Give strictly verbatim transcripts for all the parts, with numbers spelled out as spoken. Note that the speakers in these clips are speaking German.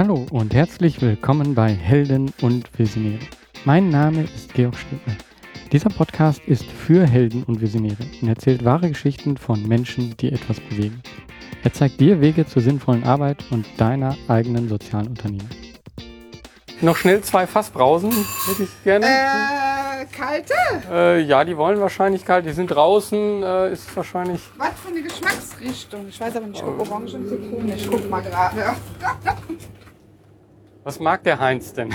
Hallo und herzlich willkommen bei Helden und Visionäre. Mein Name ist Georg Stegner. Dieser Podcast ist für Helden und Visionäre und erzählt wahre Geschichten von Menschen, die etwas bewegen. Er zeigt dir Wege zur sinnvollen Arbeit und deiner eigenen sozialen Unternehmung. Noch schnell zwei Fassbrausen, hätte ich gerne. Äh, kalte? Äh, ja, die wollen wahrscheinlich kalt. Die sind draußen, äh, ist wahrscheinlich... Was für eine Geschmacksrichtung? Ich weiß aber nicht, ob Orange und Zitrone. Ich guck mal gerade. Was mag der Heinz denn?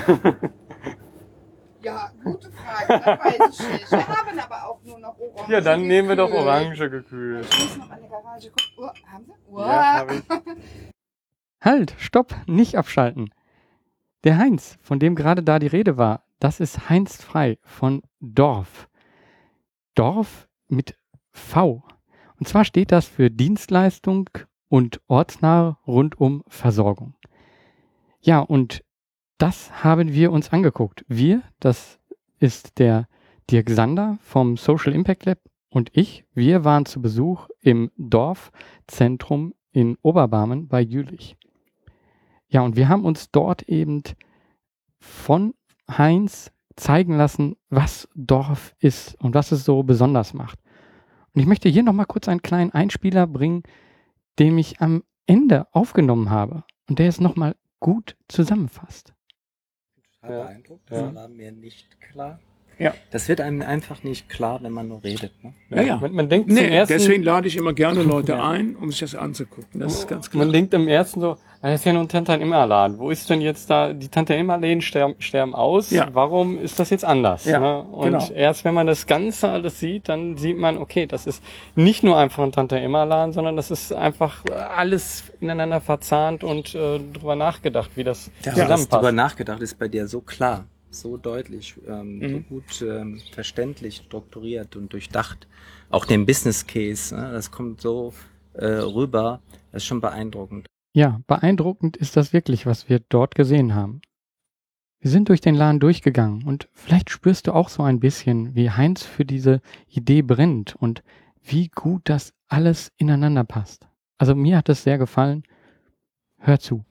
Ja, gute Frage. Das weiß ich nicht. Wir haben aber auch nur noch Orange. Ja, dann nehmen wir doch gekühlt. Orange gekühlt. Ich muss noch mal in der Garage gucken. Oh, haben Sie? Oh. Ja, hab ich. Halt, stopp, nicht abschalten. Der Heinz, von dem gerade da die Rede war, das ist Heinz Frei von Dorf. Dorf mit V. Und zwar steht das für Dienstleistung und ortsnahe rundum Versorgung. Ja, und das haben wir uns angeguckt. Wir, das ist der Dirk Sander vom Social Impact Lab und ich, wir waren zu Besuch im Dorfzentrum in Oberbarmen bei Jülich. Ja, und wir haben uns dort eben von Heinz zeigen lassen, was Dorf ist und was es so besonders macht. Und ich möchte hier nochmal kurz einen kleinen Einspieler bringen, den ich am Ende aufgenommen habe und der es nochmal gut zusammenfasst. Total Ja. beeindruckt, das Ja. war mir nicht klar. Ja. Das wird einem einfach nicht klar, wenn man nur redet. Ne? Ja, ja. Man, man denkt Nee, zum ersten, deswegen lade ich immer gerne Leute Ja. ein, um sich das anzugucken. Das ist ganz klar. man denkt im ersten so, das ist ja nur ein Tante-Emma-Laden. Wo ist denn jetzt da, die Tante-Emma-Läden sterben, sterben aus. Ja. Warum ist das jetzt anders? Ja, Ne? Und genau. erst wenn man das Ganze alles sieht, dann sieht man, okay, das ist nicht nur einfach ein Tante-Emma-Laden, sondern das ist einfach alles ineinander verzahnt und äh, drüber nachgedacht, wie das Ja, zusammenpasst. darüber nachgedacht ist bei dir so klar, so deutlich, ähm, Mhm. so gut ähm, verständlich, strukturiert und durchdacht. Auch den Business Case, ne? Das kommt so äh, rüber, das ist schon beeindruckend. Ja, beeindruckend ist das wirklich, was wir dort gesehen haben. Wir sind durch den Laden durchgegangen und vielleicht spürst du auch so ein bisschen, wie Heinz für diese Idee brennt und wie gut das alles ineinander passt. Also mir hat es sehr gefallen. Hör zu.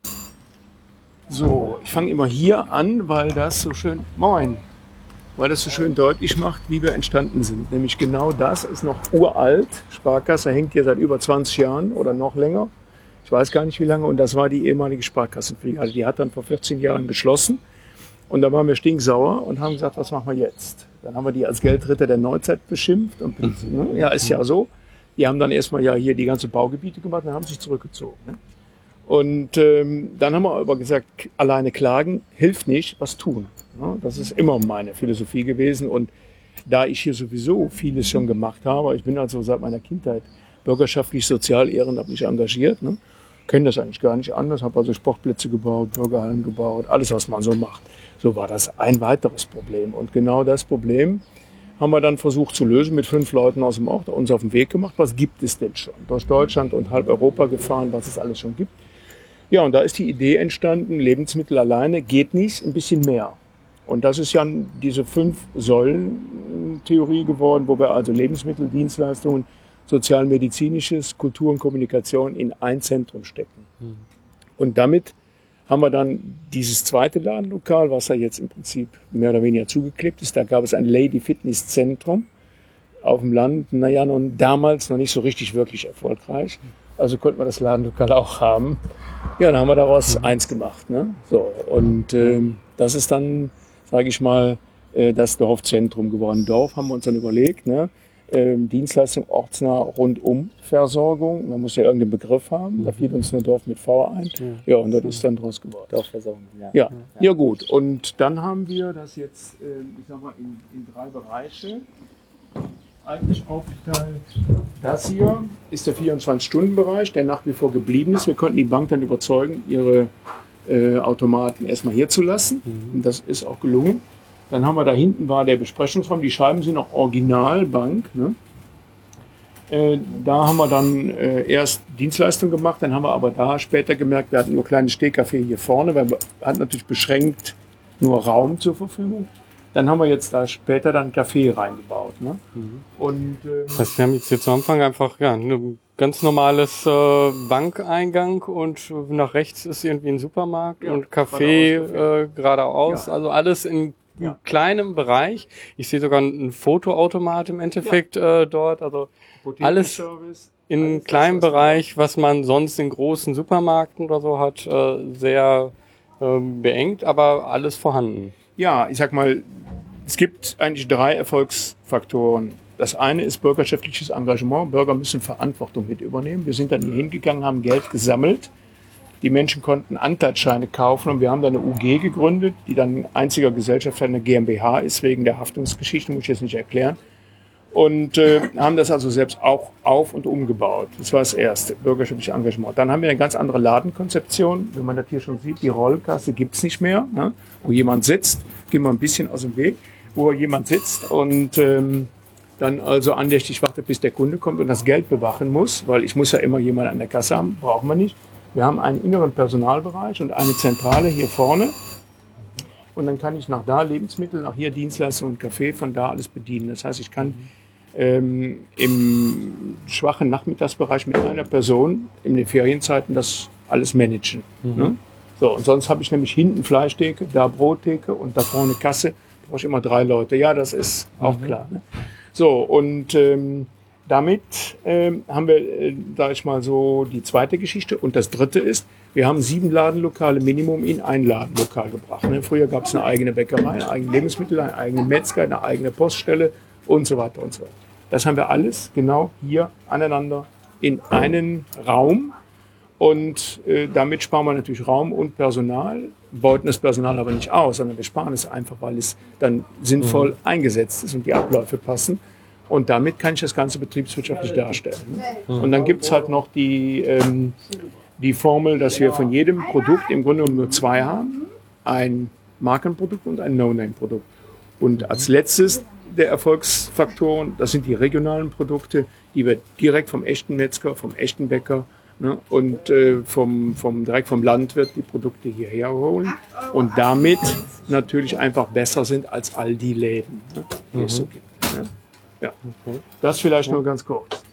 So, ich fange immer hier an, weil das so schön, moin, weil das so schön deutlich macht, wie wir entstanden sind. Nämlich genau das ist noch uralt. Sparkasse hängt hier seit über zwanzig Jahren oder noch länger. Ich weiß gar nicht wie lange. Und das war die ehemalige Sparkassenfiliale. Die hat dann vor vierzehn Jahren geschlossen. Und da waren wir stinksauer und haben gesagt, was machen wir jetzt? Dann haben wir die als Geldritter der Neuzeit beschimpft. Und, ne? Ja, ist ja so. Die haben dann erstmal ja hier die ganze Baugebiete gemacht und haben sich zurückgezogen. Ne? Und ähm, dann haben wir aber gesagt, alleine klagen hilft nicht, was tun. Ja, das ist immer meine Philosophie gewesen. Und da ich hier sowieso vieles schon gemacht habe, ich bin also seit meiner Kindheit bürgerschaftlich, sozial, ehrenamtlich engagiert, ne, kenne das eigentlich gar nicht anders, habe also Sportplätze gebaut, Bürgerhallen gebaut, alles, was man so macht. So war das ein weiteres Problem. Und genau das Problem haben wir dann versucht zu lösen mit fünf Leuten aus dem Ort, uns auf den Weg gemacht. Was gibt es denn schon? Durch Deutschland und halb Europa gefahren, was es alles schon gibt. Ja, und da ist die Idee entstanden, Lebensmittel alleine geht nicht, ein bisschen mehr. Und das ist ja diese Fünf-Säulen-Theorie geworden, wo wir also Lebensmittel, Dienstleistungen, sozialmedizinisches, Kultur und Kommunikation in ein Zentrum stecken. Mhm. Und damit haben wir dann dieses zweite Ladenlokal, was ja jetzt im Prinzip mehr oder weniger zugeklebt ist. Da gab es ein Lady Fitness Zentrum auf dem Land, naja, nun damals noch nicht so richtig wirklich erfolgreich. Also konnten wir das Ladenlokal auch haben. Ja, dann haben wir daraus mhm. eins gemacht. Ne? So, und ähm, das ist dann, sage ich mal, äh, das Dorfzentrum geworden. Dorf haben wir uns dann überlegt, ne? ähm, Dienstleistung ortsnah rundum Versorgung. Man muss ja irgendeinen Begriff haben. Da fiel uns nur Dorf mit V ein. Ja, und das ist dann draus geworden. Dorfversorgung, ja. Ja, ja gut. Und dann haben wir das jetzt, äh, ich sag mal, in, in drei Bereiche eigentlich aufgeteilt. Das hier ist der vierundzwanzig-Stunden-Bereich, der nach wie vor geblieben ist. Wir konnten die Bank dann überzeugen, ihre äh, Automaten erstmal hier zu lassen. Mhm. Und das ist auch gelungen. Dann haben wir da hinten war der Besprechungsraum. Die Scheiben sind noch Originalbank. Ne? Äh, da haben wir dann äh, erst Dienstleistung gemacht. Dann haben wir aber da später gemerkt, wir hatten nur kleine Stehcafé hier vorne, weil wir hatten natürlich beschränkt nur Raum zur Verfügung. Dann haben wir jetzt da später dann Café reingebaut. Ne? Mhm. Und, ähm, das heißt, wir haben jetzt hier zu Anfang einfach ja, ein ganz normales äh, Bankeingang und nach rechts ist irgendwie ein Supermarkt ja, und Café geradeaus, äh, geradeaus ja. Also alles in ja. kleinem Bereich. Ich sehe sogar einen Fotoautomat im Endeffekt ja. äh, dort. Also alles in einem kleinen das, was Bereich, was man sonst in großen Supermärkten oder so hat, äh, sehr äh, beengt, aber alles vorhanden. Ja, ich sag mal, es gibt eigentlich drei Erfolgsfaktoren. Das eine ist bürgerschaftliches Engagement. Bürger müssen Verantwortung mit übernehmen. Wir sind dann hier hingegangen, haben Geld gesammelt. Die Menschen konnten Anteilsscheine kaufen und wir haben dann eine U G gegründet, die dann einziger Gesellschafter eine GmbH ist, wegen der Haftungsgeschichte, muss ich jetzt nicht erklären. Und äh, haben das also selbst auch auf- und umgebaut. Das war das erste, bürgerschaftliches Engagement. Dann haben wir eine ganz andere Ladenkonzeption. Wenn man das hier schon sieht, die Rollkasse gibt's nicht mehr, ne? Wo jemand sitzt. Gehen wir ein bisschen aus dem Weg, wo jemand sitzt und ähm, dann also andächtig wartet, bis der Kunde kommt und das Geld bewachen muss, weil ich muss ja immer jemanden an der Kasse haben, brauchen wir nicht. Wir haben einen inneren Personalbereich und eine Zentrale hier vorne. Und dann kann ich nach da Lebensmittel, nach hier Dienstleistungen und Kaffee, von da alles bedienen. Das heißt, ich kann ähm, im schwachen Nachmittagsbereich mit einer Person in den Ferienzeiten das alles managen. Mhm. Ne? So, und sonst habe ich nämlich hinten Fleischtheke, da Brottheke und da vorne Kasse. Da brauche ich immer drei Leute. Ja, das ist auch mhm. klar. Ne? So, und ähm, damit ähm, haben wir, äh, sage ich mal so, die zweite Geschichte. Und das dritte ist, wir haben sieben Ladenlokale Minimum in ein Ladenlokal gebracht. Ne? Früher gab es eine eigene Bäckerei, eine eigene Lebensmittel, eine eigene Metzger, eine eigene Poststelle und so weiter und so weiter. Das haben wir alles genau hier aneinander in einen Raum. Und äh, damit sparen wir natürlich Raum und Personal, beuten das Personal aber nicht aus, sondern wir sparen es einfach, weil es dann sinnvoll mhm. eingesetzt ist und die Abläufe passen. Und damit kann ich das Ganze betriebswirtschaftlich darstellen. Mhm. Und dann gibt es halt noch die, ähm, die Formel, dass wir von jedem Produkt im Grunde nur zwei haben. Ein Markenprodukt und ein No-Name-Produkt. Und als letztes der Erfolgsfaktoren, das sind die regionalen Produkte, die wir direkt vom echten Metzger, vom echten Bäcker, ne, und äh, vom, vom, direkt vom Landwirt die Produkte hierher holen und damit natürlich einfach besser sind als all die Läden, ne, die mhm. es so gibt. Ne? Ja. Okay. Das vielleicht nur ganz kurz.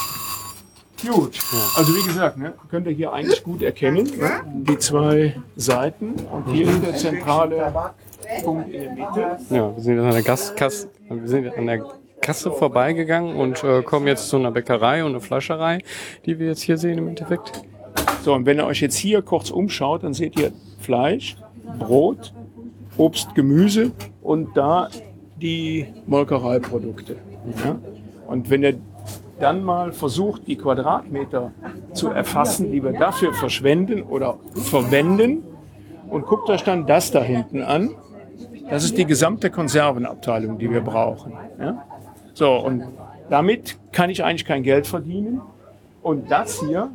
Gut, also wie gesagt, ne, könnt ihr hier eigentlich gut erkennen, ne, die zwei Seiten und hier ist der zentrale Punkt in der Mitte. Ja, wir sind an der Gaskasse, wir sind an der Kasse vorbeigegangen und äh, kommen jetzt zu einer Bäckerei und einer Fleischerei, die wir jetzt hier sehen im Endeffekt. So, und wenn ihr euch jetzt hier kurz umschaut, dann seht ihr Fleisch, Brot, Obst, Gemüse und da die Molkereiprodukte. Ja? Und wenn ihr dann mal versucht, die Quadratmeter zu erfassen, die wir dafür verschwenden oder verwenden, und guckt euch dann das da hinten an. Das ist die gesamte Konservenabteilung, die wir brauchen. Ja? So, und damit kann ich eigentlich kein Geld verdienen. Und das hier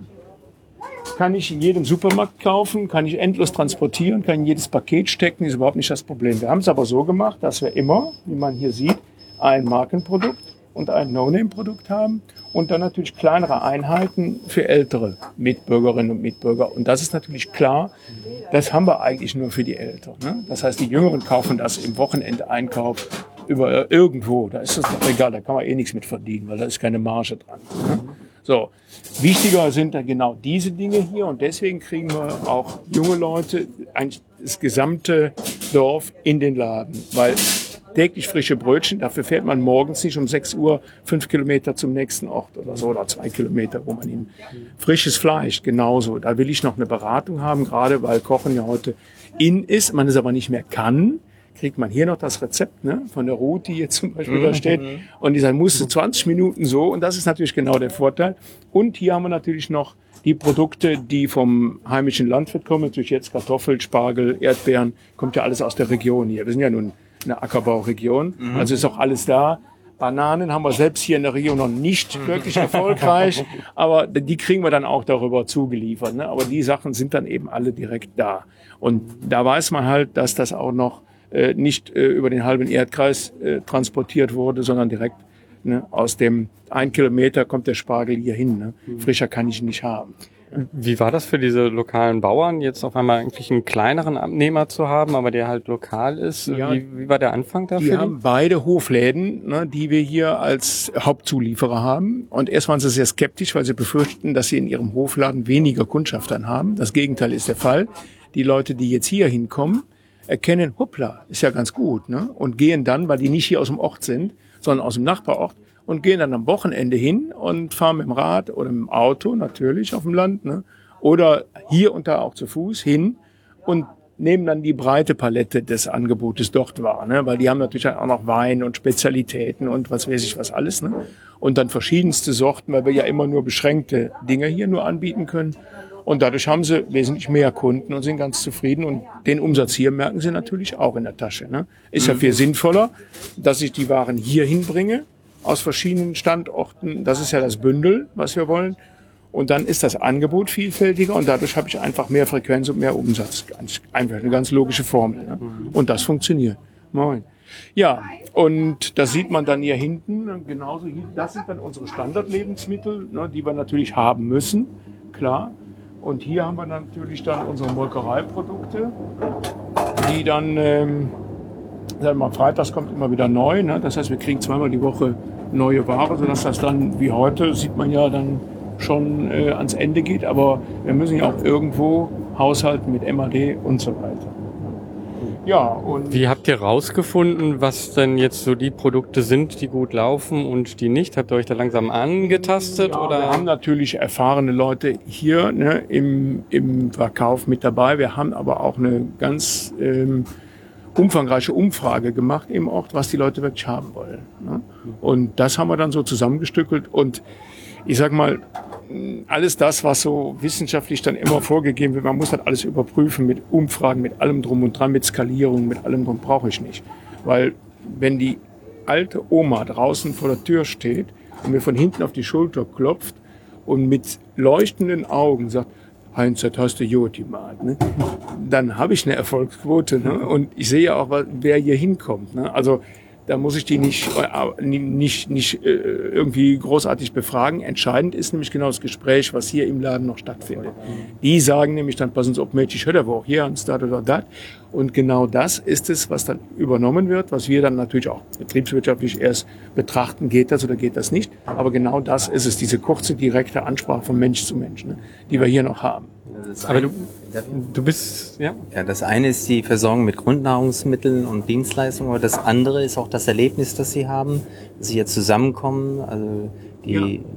kann ich in jedem Supermarkt kaufen, kann ich endlos transportieren, kann in jedes Paket stecken, ist überhaupt nicht das Problem. Wir haben es aber so gemacht, dass wir immer, wie man hier sieht, ein Markenprodukt und ein No-Name-Produkt haben und dann natürlich kleinere Einheiten für ältere Mitbürgerinnen und Mitbürger. Und das ist natürlich klar, das haben wir eigentlich nur für die Älteren. Ne? Das heißt, die Jüngeren kaufen das im Wochenendeinkauf über irgendwo. Da ist das doch egal, da kann man eh nichts mit verdienen, weil da ist keine Marge dran. Ne? So, wichtiger sind dann genau diese Dinge hier und deswegen kriegen wir auch junge Leute, eigentlich das gesamte Dorf in den Laden, weil täglich frische Brötchen, dafür fährt man morgens nicht um sechs Uhr fünf Kilometer zum nächsten Ort oder so, oder zwei Kilometer, wo man ihn, frisches Fleisch, genauso. Da will ich noch eine Beratung haben, gerade weil Kochen ja heute in ist, man es aber nicht mehr kann, kriegt man hier noch das Rezept, ne, von der Ruth, die jetzt zum Beispiel mhm. da steht, und die sagt, musste zwanzig Minuten so, und das ist natürlich genau der Vorteil. Und hier haben wir natürlich noch die Produkte, die vom heimischen Landwirt kommen, natürlich jetzt Kartoffel, Spargel, Erdbeeren, kommt ja alles aus der Region hier. Wir sind ja nun eine Ackerbauregion, mhm. also ist auch alles da. Bananen haben wir selbst hier in der Region noch nicht wirklich erfolgreich, aber die kriegen wir dann auch darüber zugeliefert. Ne? Aber die Sachen sind dann eben alle direkt da. Und da weiß man halt, dass das auch noch äh, nicht äh, über den halben Erdkreis äh, transportiert wurde, sondern direkt, ne, aus dem ein Kilometer kommt der Spargel hier hin. Ne? Frischer kann ich ihn nicht haben. Wie war das für diese lokalen Bauern, jetzt auf einmal eigentlich einen kleineren Abnehmer zu haben, aber der halt lokal ist? Ja, wie, wie war der Anfang dafür? Wir haben beide Hofläden, ne, die wir hier als Hauptzulieferer haben. Und erst waren sie sehr skeptisch, weil sie befürchten, dass sie in ihrem Hofladen weniger Kundschaft haben. Das Gegenteil ist der Fall. Die Leute, die jetzt hier hinkommen, erkennen, hoppla, ist ja ganz gut, ne? Und gehen dann, weil die nicht hier aus dem Ort sind, sondern aus dem Nachbarort, und gehen dann am Wochenende hin und fahren mit dem Rad oder mit dem Auto natürlich auf dem Land, ne? Oder hier und da auch zu Fuß hin und nehmen dann die breite Palette des Angebotes dort wahr, ne? Weil die haben natürlich auch noch Wein und Spezialitäten und was weiß ich was alles, ne? Und dann verschiedenste Sorten, weil wir ja immer nur beschränkte Dinge hier nur anbieten können. Und dadurch haben sie wesentlich mehr Kunden und sind ganz zufrieden. Und den Umsatz hier merken sie natürlich auch in der Tasche, ne? Ist ja viel sinnvoller, dass ich die Waren hier hinbringe, aus verschiedenen Standorten. Das ist ja das Bündel, was wir wollen. Und dann ist das Angebot vielfältiger und dadurch habe ich einfach mehr Frequenz und mehr Umsatz. Ganz, einfach eine ganz logische Formel, ne? Und das funktioniert. Moin. Ja, und das sieht man dann hier hinten. Genauso hier, das sind dann unsere Standardlebensmittel, ne, die wir natürlich haben müssen, klar. Und hier haben wir natürlich dann unsere Molkereiprodukte, die dann, ähm, sagen wir mal, freitags kommt immer wieder neu, ne? Das heißt, wir kriegen zweimal die Woche neue Ware, sodass das dann, wie heute, sieht man ja dann schon äh, ans Ende geht. Aber wir müssen ja auch irgendwo haushalten mit M A D und so weiter. Ja, und wie habt ihr rausgefunden, was denn jetzt so die Produkte sind, die gut laufen und die nicht? Habt ihr euch da langsam angetastet? Ja, oder? Wir haben natürlich erfahrene Leute hier, ne, im, im Verkauf mit dabei. Wir haben aber auch eine ganz ähm, umfangreiche Umfrage gemacht im Ort, was die Leute wirklich haben wollen, ne? Und das haben wir dann so zusammengestückelt. Und ich sag mal, alles das, was so wissenschaftlich dann immer vorgegeben wird, man muss das alles überprüfen mit Umfragen, mit allem drum und dran, mit Skalierung, mit allem drum, brauche ich nicht. Weil wenn die alte Oma draußen vor der Tür steht und mir von hinten auf die Schulter klopft und mit leuchtenden Augen sagt, Heinz, das hast du gut gemacht, ne? Dann habe ich eine Erfolgsquote, ne? Und ich sehe auch, wer hier hinkommt, ne? Also da muss ich die nicht, äh, nicht, nicht äh, irgendwie großartig befragen. Entscheidend ist nämlich genau das Gespräch, was hier im Laden noch stattfindet. Die sagen nämlich dann, passen Sie auf, Mädchen, ich höre wo auch hier ans dat oder dat. Und genau das ist es, was dann übernommen wird, was wir dann natürlich auch betriebswirtschaftlich erst betrachten, geht das oder geht das nicht. Aber genau das ist es, diese kurze, direkte Ansprache von Mensch zu Mensch, ne, die wir hier noch haben. Aber du, du bist, ja? Ja, das eine ist die Versorgung mit Grundnahrungsmitteln und Dienstleistungen, aber das andere ist auch das Erlebnis, das sie haben, dass sie hier zusammenkommen, also die, ja, äh,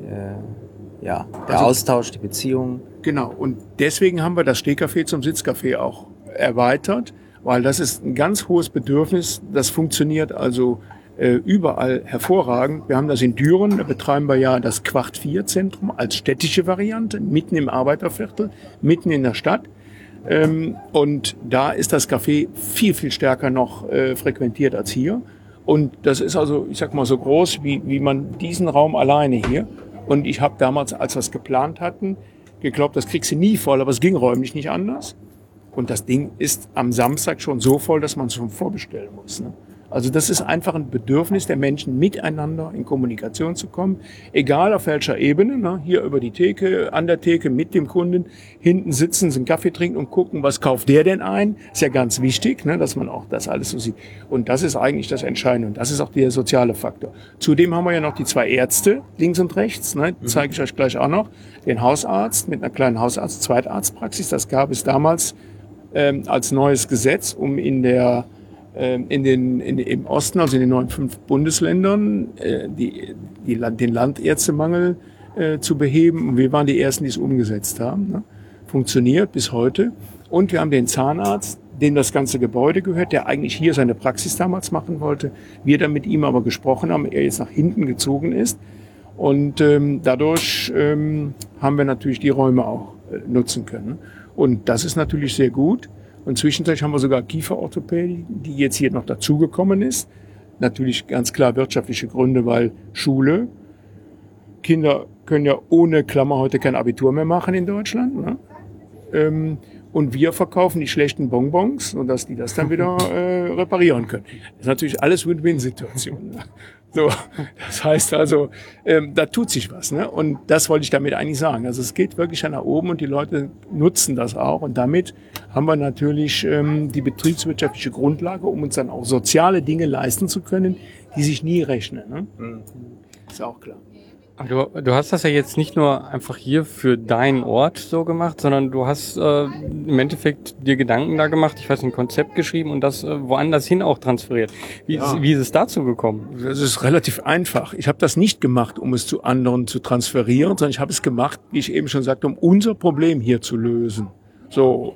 ja der also, Austausch, die Beziehung. Genau, und deswegen haben wir das Stehcafé zum Sitzcafé auch erweitert, weil das ist ein ganz hohes Bedürfnis, das funktioniert also äh, überall hervorragend. Wir haben das in Düren, da betreiben wir ja das Quart vier Zentrum als städtische Variante, mitten im Arbeiterviertel, mitten in der Stadt. Ähm, und da ist das Café viel, viel stärker noch äh, frequentiert als hier. Und das ist also, ich sag mal, so groß wie, wie man diesen Raum alleine hier. Und ich habe damals, als wir es geplant hatten, geglaubt, das kriegst du nie voll, aber es ging räumlich nicht anders. Und das Ding ist am Samstag schon so voll, dass man es schon vorbestellen muss, ne? Also das ist einfach ein Bedürfnis der Menschen, miteinander in Kommunikation zu kommen, egal auf welcher Ebene, ne? Hier über die Theke, an der Theke mit dem Kunden, hinten sitzen, einen Kaffee trinken und gucken, was kauft der denn ein? Ist ja ganz wichtig, ne? Dass man auch das alles so sieht. Und das ist eigentlich das Entscheidende und das ist auch der soziale Faktor. Zudem haben wir ja noch die zwei Ärzte, links und rechts, ne? Mhm. Zeige ich euch gleich auch noch. Den Hausarzt mit einer kleinen Hausarzt-Zweitarztpraxis, das gab es damals ähm, als neues Gesetz, um in der in den, in, im Osten, also in den neuen fünf Bundesländern, äh, die, die, den Landärztemangel äh, zu beheben. Und wir waren die Ersten, die es umgesetzt haben, ne? Funktioniert bis heute. Und wir haben den Zahnarzt, dem das ganze Gebäude gehört, der eigentlich hier seine Praxis damals machen wollte. Wir dann mit ihm aber gesprochen haben, er jetzt nach hinten gezogen ist. Und ähm, dadurch ähm, haben wir natürlich die Räume auch äh, nutzen können. Und das ist natürlich sehr gut. Und zwischendurch haben wir sogar Kieferorthopädie, die jetzt hier noch dazugekommen ist. Natürlich ganz klar wirtschaftliche Gründe, weil Schule, Kinder können ja ohne Klammer heute kein Abitur mehr machen in Deutschland, ne? Ähm, und wir verkaufen die schlechten Bonbons, sodass die das dann wieder äh, reparieren können. Das ist natürlich alles Win-Win-Situation. Ne? So, das heißt also, ähm, da tut sich was, ne? Und das wollte ich damit eigentlich sagen. Also es geht wirklich nach oben und die Leute nutzen das auch. Und damit haben wir natürlich ähm, die betriebswirtschaftliche Grundlage, um uns dann auch soziale Dinge leisten zu können, die sich nie rechnen. Ne? Mhm. Ist auch klar. Du, du hast das ja jetzt nicht nur einfach hier für deinen Ort so gemacht, sondern du hast äh, im Endeffekt dir Gedanken da gemacht, ich weiß nicht, ein Konzept geschrieben und das äh, woanders hin auch transferiert. Wie, ja. ist, wie ist es dazu gekommen? Das ist relativ einfach. Ich habe das nicht gemacht, um es zu anderen zu transferieren, sondern ich habe es gemacht, wie ich eben schon sagte, um unser Problem hier zu lösen. So,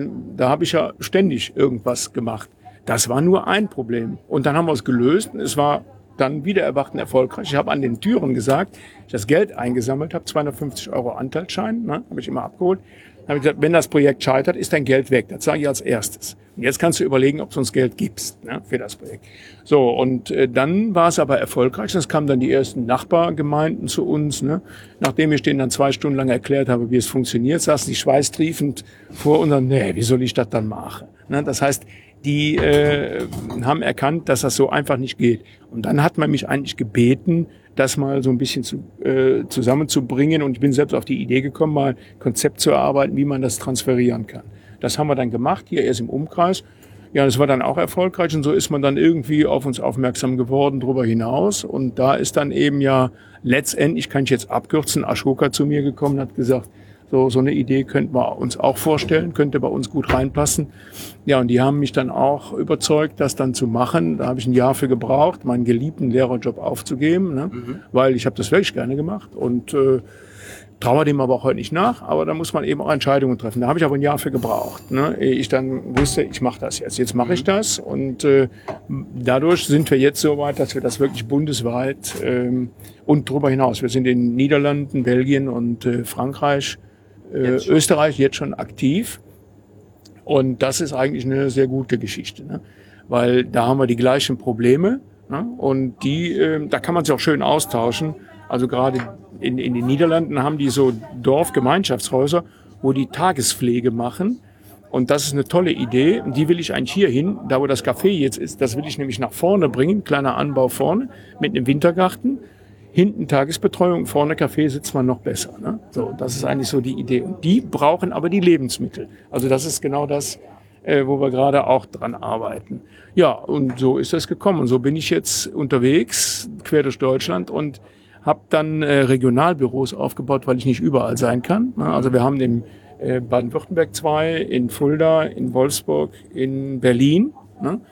da habe ich ja ständig irgendwas gemacht. Das war nur ein Problem. Und dann haben wir es gelöst und es war dann wieder erwarten erfolgreich. Ich habe an den Türen gesagt, ich das Geld eingesammelt habe, zweihundertfünfzig Euro Anteilsschein, ne, habe ich immer abgeholt. Dann habe ich gesagt, wenn das Projekt scheitert, ist dein Geld weg. Das sage ich als erstes. Und jetzt kannst du überlegen, ob du uns Geld gibst, ne, für das Projekt. So, und äh, dann war es aber erfolgreich. Es kamen dann die ersten Nachbargemeinden zu uns. Ne. Nachdem ich denen dann zwei Stunden lang erklärt habe, wie es funktioniert, saßen die schweißtriefend vor und dann, nee, wie soll ich das dann machen? Ne, das heißt, die äh, haben erkannt, dass das so einfach nicht geht. Und dann hat man mich eigentlich gebeten, das mal so ein bisschen zu, äh, zusammenzubringen. Und ich bin selbst auf die Idee gekommen, mal ein Konzept zu erarbeiten, wie man das transferieren kann. Das haben wir dann gemacht, hier erst im Umkreis. Ja, das war dann auch erfolgreich. Und so ist man dann irgendwie auf uns aufmerksam geworden, darüber hinaus. Und da ist dann eben ja letztendlich, kann ich jetzt abkürzen, Ashoka zu mir gekommen und hat gesagt, So, so eine Idee könnten wir uns auch vorstellen, könnte bei uns gut reinpassen. Ja, und die haben mich dann auch überzeugt, das dann zu machen. Da habe ich ein Jahr für gebraucht, meinen geliebten Lehrerjob aufzugeben, ne? Mhm. Weil ich habe das wirklich gerne gemacht und äh, traue dem aber auch heute nicht nach. Aber da muss man eben auch Entscheidungen treffen. Da habe ich aber ein Jahr für gebraucht, ne? Ehe ich dann wusste, ich mache das jetzt. Jetzt mache ich das und äh, dadurch sind wir jetzt so weit, dass wir das wirklich bundesweit ähm, und darüber hinaus. Wir sind in den Niederlanden, Belgien und äh, Frankreich, Äh, Österreich jetzt schon aktiv und das ist eigentlich eine sehr gute Geschichte, ne? Weil da haben wir die gleichen Probleme, ne? Und die, äh, da kann man sich auch schön austauschen. Also gerade in, in den Niederlanden haben die so Dorfgemeinschaftshäuser, wo die Tagespflege machen und das ist eine tolle Idee und die will ich eigentlich hier hin, da wo das Café jetzt ist, das will ich nämlich nach vorne bringen, kleiner Anbau vorne mit einem Wintergarten. Hinten Tagesbetreuung, vorne Café sitzt man noch besser. Ne? So, das ist eigentlich so die Idee. Und die brauchen aber die Lebensmittel. Also das ist genau das, äh, wo wir gerade auch dran arbeiten. Ja, und so ist das gekommen. Und so bin ich jetzt unterwegs, quer durch Deutschland und habe dann äh, Regionalbüros aufgebaut, weil ich nicht überall sein kann. Ne? Also wir haben in äh, Baden-Württemberg zwei, in Fulda, in Wolfsburg, in Berlin. Ne?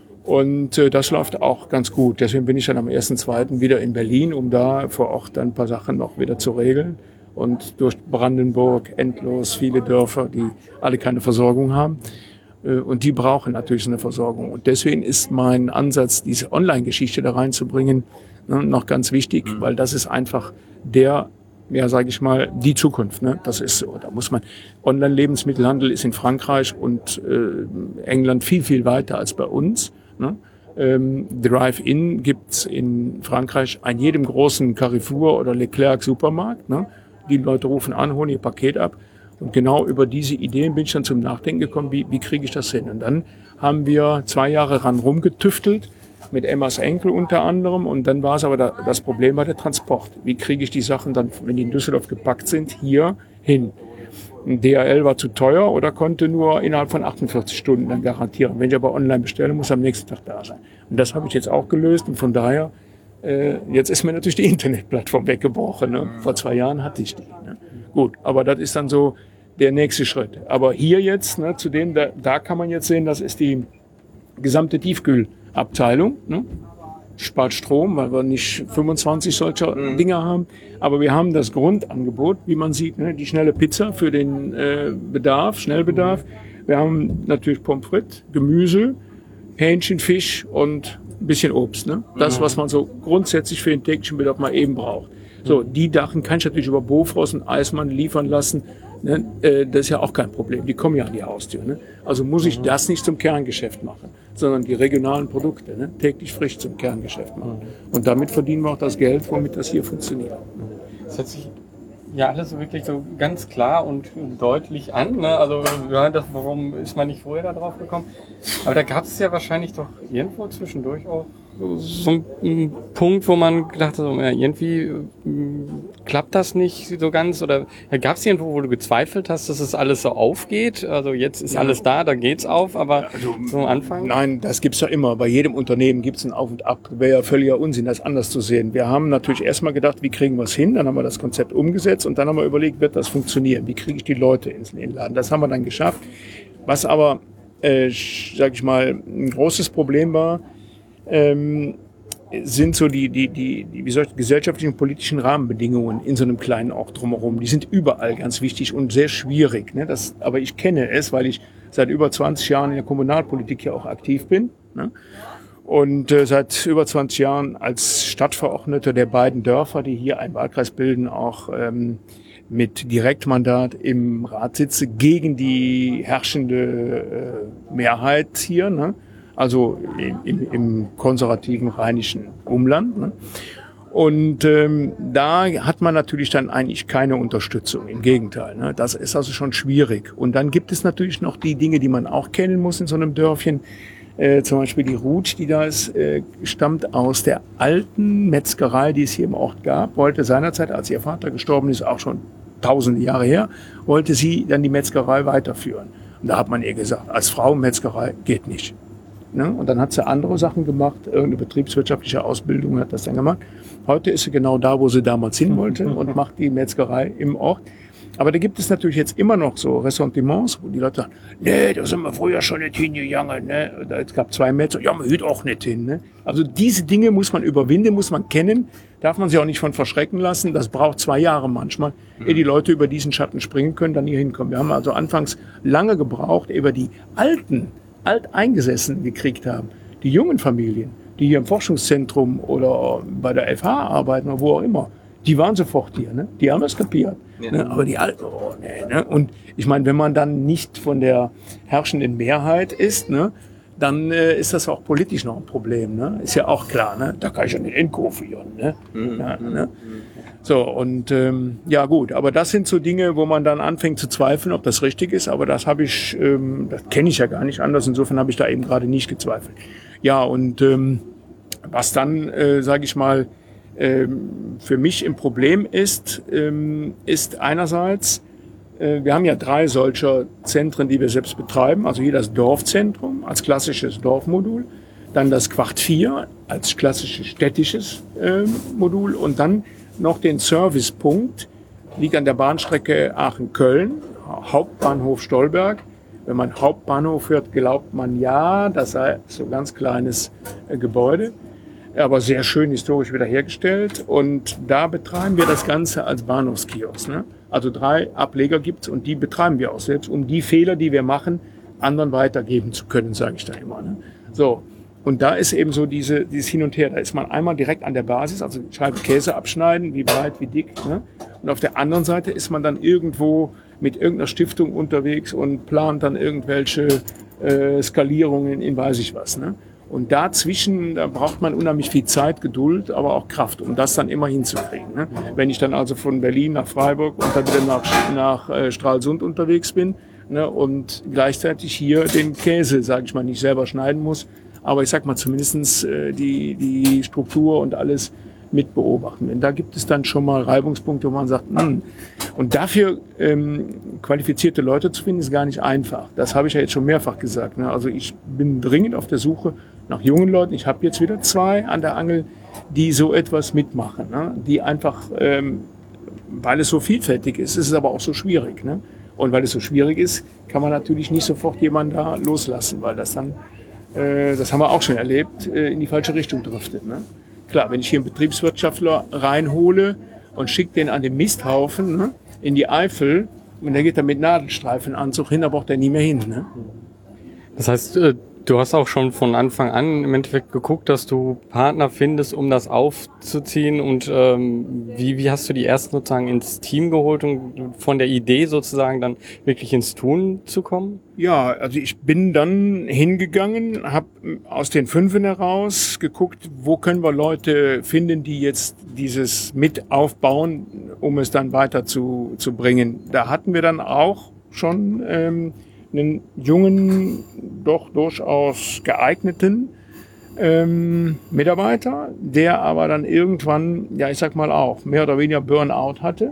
Und äh, das läuft auch ganz gut. Deswegen bin ich dann am ersten zweiten wieder in Berlin, um da vor Ort dann ein paar Sachen noch wieder zu regeln. Und durch Brandenburg endlos viele Dörfer, die alle keine Versorgung haben. Äh, und die brauchen natürlich eine Versorgung. Und deswegen ist mein Ansatz, diese Online-Geschichte da reinzubringen, ne, noch ganz wichtig, mhm. weil das ist einfach der, ja, sage ich mal, die Zukunft. Ne? Das ist so. Da muss man, Online-Lebensmittelhandel ist in Frankreich und äh, England viel, viel weiter als bei uns. Ne? Ähm, Drive-In gibt's in Frankreich an jedem großen Carrefour oder Leclerc Supermarkt. Ne? Die Leute rufen an, holen ihr Paket ab. Und genau über diese Ideen bin ich dann zum Nachdenken gekommen, wie, wie kriege ich das hin? Und dann haben wir zwei Jahre ran rumgetüftelt, mit Emmas Enkel unter anderem. Und dann war es aber da, das Problem war der Transport. Wie kriege ich die Sachen dann, wenn die in Düsseldorf gepackt sind, hier hin? Ein D H L war zu teuer oder konnte nur innerhalb von achtundvierzig Stunden dann garantieren. Wenn ich aber online bestelle, muss am nächsten Tag da sein. Und das habe ich jetzt auch gelöst. Und von daher, äh, jetzt ist mir natürlich die Internetplattform weggebrochen. Ne? Vor zwei Jahren hatte ich die. Ne? Gut, aber das ist dann so der nächste Schritt. Aber hier jetzt, ne, zu dem, da, da kann man jetzt sehen, das ist die gesamte Tiefkühlabteilung. Ne? Spart Strom, weil wir nicht fünfundzwanzig solcher mhm. Dinger haben. Aber wir haben das Grundangebot, wie man sieht, ne, die schnelle Pizza für den äh, Bedarf, Schnellbedarf. Wir haben natürlich Pommes frites, Gemüse, Hähnchen, Fisch und ein bisschen Obst. Ne? Das, was man so grundsätzlich für den täglichen Bedarf mal eben braucht. So, die Dachen kann ich natürlich über Bofrost und Eismann liefern lassen. Ne? Äh, das ist ja auch kein Problem. Die kommen ja an die Haustür. Ne? Also muss ich das nicht zum Kerngeschäft machen, sondern die regionalen Produkte, ne? täglich frisch zum Kerngeschäft machen. Und damit verdienen wir auch das Geld, womit das hier funktioniert. Das hört sich ja alles wirklich so ganz klar und deutlich an. Ne? Also ja, das, warum ist man nicht vorher da drauf gekommen? Aber da gab es ja wahrscheinlich doch irgendwo zwischendurch auch so ein Punkt, wo man gedacht hat, so, ja, irgendwie äh, klappt das nicht so ganz. Oder ja, gab es irgendwo, wo du gezweifelt hast, dass es alles so aufgeht? Also jetzt ist ja alles da, da geht's auf, aber also, so am Anfang? Nein, das gibt's ja immer. Bei jedem Unternehmen gibt's ein Auf und Ab. Wäre ja völliger Unsinn, das anders zu sehen. Wir haben natürlich erstmal gedacht, wie kriegen wir es hin? Dann haben wir das Konzept umgesetzt und dann haben wir überlegt, wird das funktionieren? Wie kriege ich die Leute ins Laden? Das haben wir dann geschafft. Was aber, äh, sag ich mal, ein großes Problem war, ähm, sind so die, die, die, die wie soll ich, gesellschaftlichen und politischen Rahmenbedingungen in so einem kleinen Ort drumherum. Die sind überall ganz wichtig und sehr schwierig. Ne? Das, aber ich kenne es, weil ich seit über zwanzig Jahren in der Kommunalpolitik ja auch aktiv bin. Ne? Und äh, seit über zwanzig Jahren als Stadtverordneter der beiden Dörfer, die hier einen Wahlkreis bilden, auch ähm, mit Direktmandat im Rat sitze gegen die herrschende äh, Mehrheit hier, ne? Also im, im konservativen rheinischen Umland. Ne? Und ähm, da hat man natürlich dann eigentlich keine Unterstützung, im Gegenteil. Ne? Das ist also schon schwierig. Und dann gibt es natürlich noch die Dinge, die man auch kennen muss in so einem Dörfchen. Äh, zum Beispiel die Ruth, die da ist, äh, stammt aus der alten Metzgerei, die es hier im Ort gab. Wollte seinerzeit, als ihr Vater gestorben ist, auch schon tausende Jahre her, wollte sie dann die Metzgerei weiterführen. Und da hat man ihr gesagt, als Frau Metzgerei geht nicht. Ne? Und dann hat sie andere Sachen gemacht, irgendeine betriebswirtschaftliche Ausbildung hat das dann gemacht. Heute ist sie genau da, wo sie damals hin wollte und macht die Metzgerei im Ort. Aber da gibt es natürlich jetzt immer noch so Ressentiments, wo die Leute sagen, nee, da sind wir früher schon nicht hingegangen. Ne? Es gab zwei Metzger, ja, man hört auch nicht hin. Ne? Also diese Dinge muss man überwinden, muss man kennen, darf man sich auch nicht von verschrecken lassen. Das braucht zwei Jahre manchmal, ehe die Leute über diesen Schatten springen können, dann hier hinkommen. Wir haben also anfangs lange gebraucht, über die alten Alteingesessenen gekriegt haben, die jungen Familien, die hier im Forschungszentrum oder bei der F H arbeiten oder wo auch immer, die waren sofort hier, ne? Die haben das kapiert. Ja. Ne? Aber die Alten, oh, nee, ne? Und ich meine, wenn man dann nicht von der herrschenden Mehrheit ist, ne, dann äh, ist das auch politisch noch ein Problem, ne? Ist ja auch klar, ne? Da kann ich ja nicht entkofieren, ne? Mhm. Ja, ne? So, und ähm, ja gut, aber das sind so Dinge, wo man dann anfängt zu zweifeln, ob das richtig ist, aber das habe ich, ähm, das kenne ich ja gar nicht anders, insofern habe ich da eben gerade nicht gezweifelt. Ja, und ähm, was dann, äh, sage ich mal, ähm, für mich ein Problem ist, ähm, ist einerseits, äh, wir haben ja drei solcher Zentren, die wir selbst betreiben, also hier das Dorfzentrum als klassisches Dorfmodul, dann das Quart vier als klassisches städtisches äh, Modul und dann noch den Servicepunkt, liegt an der Bahnstrecke Aachen-Köln, Hauptbahnhof Stolberg. Wenn man Hauptbahnhof hört, glaubt man ja, das sei so ein ganz kleines äh, Gebäude, aber sehr schön historisch wiederhergestellt. Und da betreiben wir das Ganze als Bahnhofskiosk. Ne? Also drei Ableger gibt's und die betreiben wir auch selbst, um die Fehler, die wir machen, anderen weitergeben zu können, sage ich da immer. Ne? So. Und da ist eben so diese, dieses Hin und Her. Da ist man einmal direkt an der Basis, also Scheibe Käse abschneiden, wie breit, wie dick. Ne? Und auf der anderen Seite ist man dann irgendwo mit irgendeiner Stiftung unterwegs und plant dann irgendwelche äh, Skalierungen in weiß ich was. Ne? Und dazwischen, da braucht man unheimlich viel Zeit, Geduld, aber auch Kraft, um das dann immer hinzukriegen. Ne? Wenn ich dann also von Berlin nach Freiburg und dann wieder nach, nach äh, Stralsund unterwegs bin, ne? Und gleichzeitig hier den Käse, sage ich mal, nicht selber schneiden muss, aber ich sag mal zumindestens äh, die, die Struktur und alles mit beobachten. Denn da gibt es dann schon mal Reibungspunkte, wo man sagt, mh. Und dafür ähm, qualifizierte Leute zu finden, ist gar nicht einfach. Das habe ich ja jetzt schon mehrfach gesagt. Ne? Also ich bin dringend auf der Suche nach jungen Leuten. Ich habe jetzt wieder zwei an der Angel, die so etwas mitmachen. Ne? Die einfach, ähm, weil es so vielfältig ist, ist es aber auch so schwierig. Ne? Und weil es so schwierig ist, kann man natürlich nicht sofort jemanden da loslassen, weil das dann, äh, das haben wir auch schon erlebt, äh, in die falsche Richtung driftet. Ne? Klar, wenn ich hier einen Betriebswirtschaftler reinhole und schicke den an den Misthaufen, ne, in die Eifel, und der geht dann mit Nadelstreifenanzug hin, da braucht er nie mehr hin. Ne? Das heißt, Du hast auch schon von Anfang an im Endeffekt geguckt, dass du Partner findest, um das aufzuziehen. Und ähm, wie, wie hast du die ersten sozusagen ins Team geholt, um von der Idee sozusagen dann wirklich ins Tun zu kommen? Ja, also ich bin dann hingegangen, habe aus den Fünfen heraus geguckt, wo können wir Leute finden, die jetzt dieses mit aufbauen, um es dann weiter zu, zu bringen. Da hatten wir dann auch schon ähm, einen jungen, doch durchaus geeigneten ähm, Mitarbeiter, der aber dann irgendwann, ja ich sag mal auch, mehr oder weniger Burnout hatte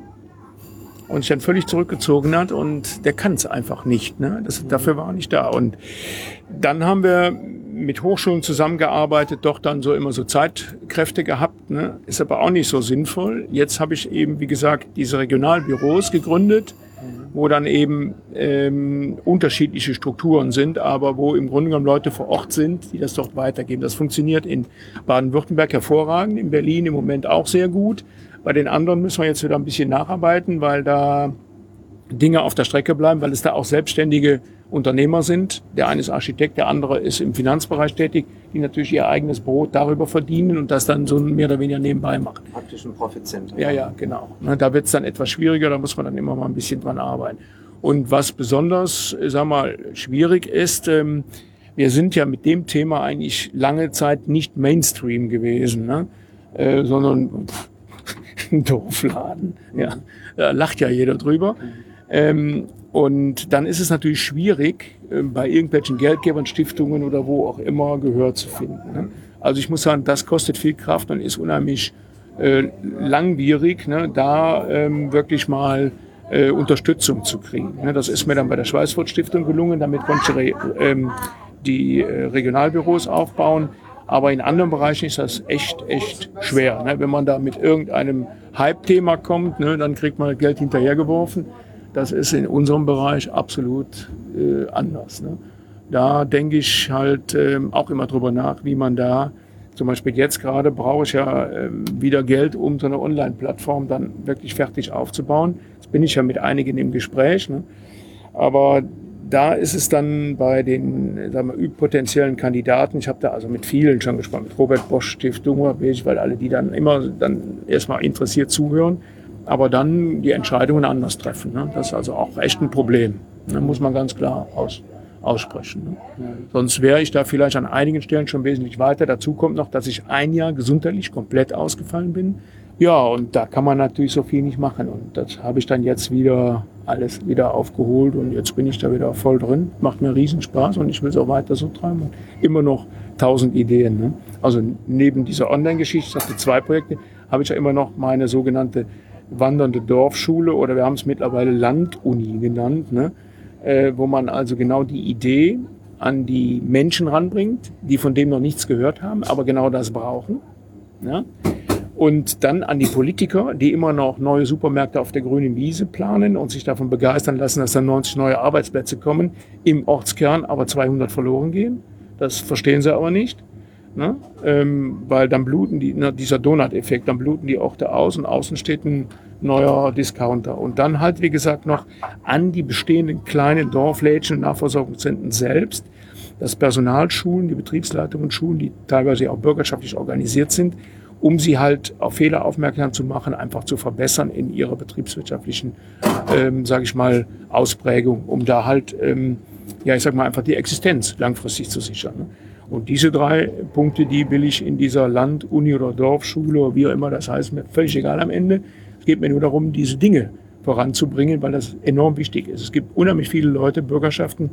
und sich dann völlig zurückgezogen hat und der kann es einfach nicht. Ne? Das, dafür war er nicht da. Und dann haben wir mit Hochschulen zusammengearbeitet, doch dann so immer so Zeitkräfte gehabt. Ne? Ist aber auch nicht so sinnvoll. Jetzt habe ich eben, wie gesagt, diese Regionalbüros gegründet, wo dann eben ähm, unterschiedliche Strukturen sind, aber wo im Grunde genommen Leute vor Ort sind, die das dort weitergeben. Das funktioniert in Baden-Württemberg hervorragend, in Berlin im Moment auch sehr gut. Bei den anderen müssen wir jetzt wieder ein bisschen nacharbeiten, weil da Dinge auf der Strecke bleiben, weil es da auch selbstständige Unternehmer sind. Der eine ist Architekt, der andere ist im Finanzbereich tätig, die natürlich ihr eigenes Brot darüber verdienen und das dann so mehr oder weniger nebenbei machen. Praktisch ein Profitcenter. Ja, ja, genau. Da wird es dann etwas schwieriger, da muss man dann immer mal ein bisschen dran arbeiten. Und was besonders, sag mal, schwierig ist, ähm, wir sind ja mit dem Thema eigentlich lange Zeit nicht Mainstream gewesen, ne? äh, sondern pff, ein Dorfladen. Ja, da lacht ja jeder drüber. Ähm, und dann ist es natürlich schwierig, äh, bei irgendwelchen Geldgebern, Stiftungen oder wo auch immer Gehör zu finden. Ne? Also ich muss sagen, das kostet viel Kraft und ist unheimlich äh, langwierig, ne? da ähm, wirklich mal äh, Unterstützung zu kriegen. Ne? Das ist mir dann bei der Schweißfurt Stiftung gelungen. Damit konnte ich ähm, die äh, Regionalbüros aufbauen. Aber in anderen Bereichen ist das echt, echt schwer. Ne? Wenn man da mit irgendeinem Hype-Thema kommt, ne, dann kriegt man Geld hinterhergeworfen. Das ist in unserem Bereich absolut äh, anders. Ne? Da denke ich halt ähm, auch immer drüber nach, wie man da, zum Beispiel jetzt gerade brauche ich ja ähm, wieder Geld, um so eine Online-Plattform dann wirklich fertig aufzubauen. Jetzt bin ich ja mit einigen im Gespräch. Ne? Aber da ist es dann bei den sagen wir, potenziellen Kandidaten, ich habe da also mit vielen schon gesprochen, mit Robert Bosch Stiftung, weil alle die dann immer dann erstmal interessiert zuhören, aber dann die Entscheidungen anders treffen. Ne? Das ist also auch echt ein Problem. Da muss man ganz klar aus, aussprechen. Ne? Ja. Sonst wäre ich da vielleicht an einigen Stellen schon wesentlich weiter. Dazu kommt noch, dass ich ein Jahr gesundheitlich komplett ausgefallen bin. Ja, und da kann man natürlich so viel nicht machen. Und das habe ich dann jetzt wieder alles wieder aufgeholt und jetzt bin ich da wieder voll drin. Macht mir riesen Spaß und ich will es auch weiter so treiben. Und immer noch tausend Ideen. Ne? Also neben dieser Online-Geschichte, ich hatte zwei Projekte, habe ich ja immer noch meine sogenannte wandernde Dorfschule oder wir haben es mittlerweile Landuni genannt, ne? äh, wo man also genau die Idee an die Menschen ranbringt, die von dem noch nichts gehört haben, aber genau das brauchen. Ja? Und dann an die Politiker, die immer noch neue Supermärkte auf der grünen Wiese planen und sich davon begeistern lassen, dass dann neunzig neue Arbeitsplätze kommen, im Ortskern aber zweihundert verloren gehen. Das verstehen sie aber nicht. Ne? Ähm, weil dann bluten die, ne, dieser Donut-Effekt, dann bluten die Orte aus und außen steht ein neuer Discounter. Und dann halt, wie gesagt, noch an die bestehenden kleinen Dorflädchen und Nahversorgungszentren selbst, das Personalschulen, die Betriebsleitungen schulen, die teilweise auch bürgerschaftlich organisiert sind, um sie halt auf Fehler aufmerksam zu machen, einfach zu verbessern in ihrer betriebswirtschaftlichen, ähm, sage ich mal, Ausprägung, um da halt, ähm, ja, ich sag mal, einfach die Existenz langfristig zu sichern. Ne? Und diese drei Punkte, die will ich in dieser Land-, Uni- oder Dorfschule, oder wie auch immer das heißt, mir völlig egal am Ende. Es geht mir nur darum, diese Dinge voranzubringen, weil das enorm wichtig ist. Es gibt unheimlich viele Leute, Bürgerschaften,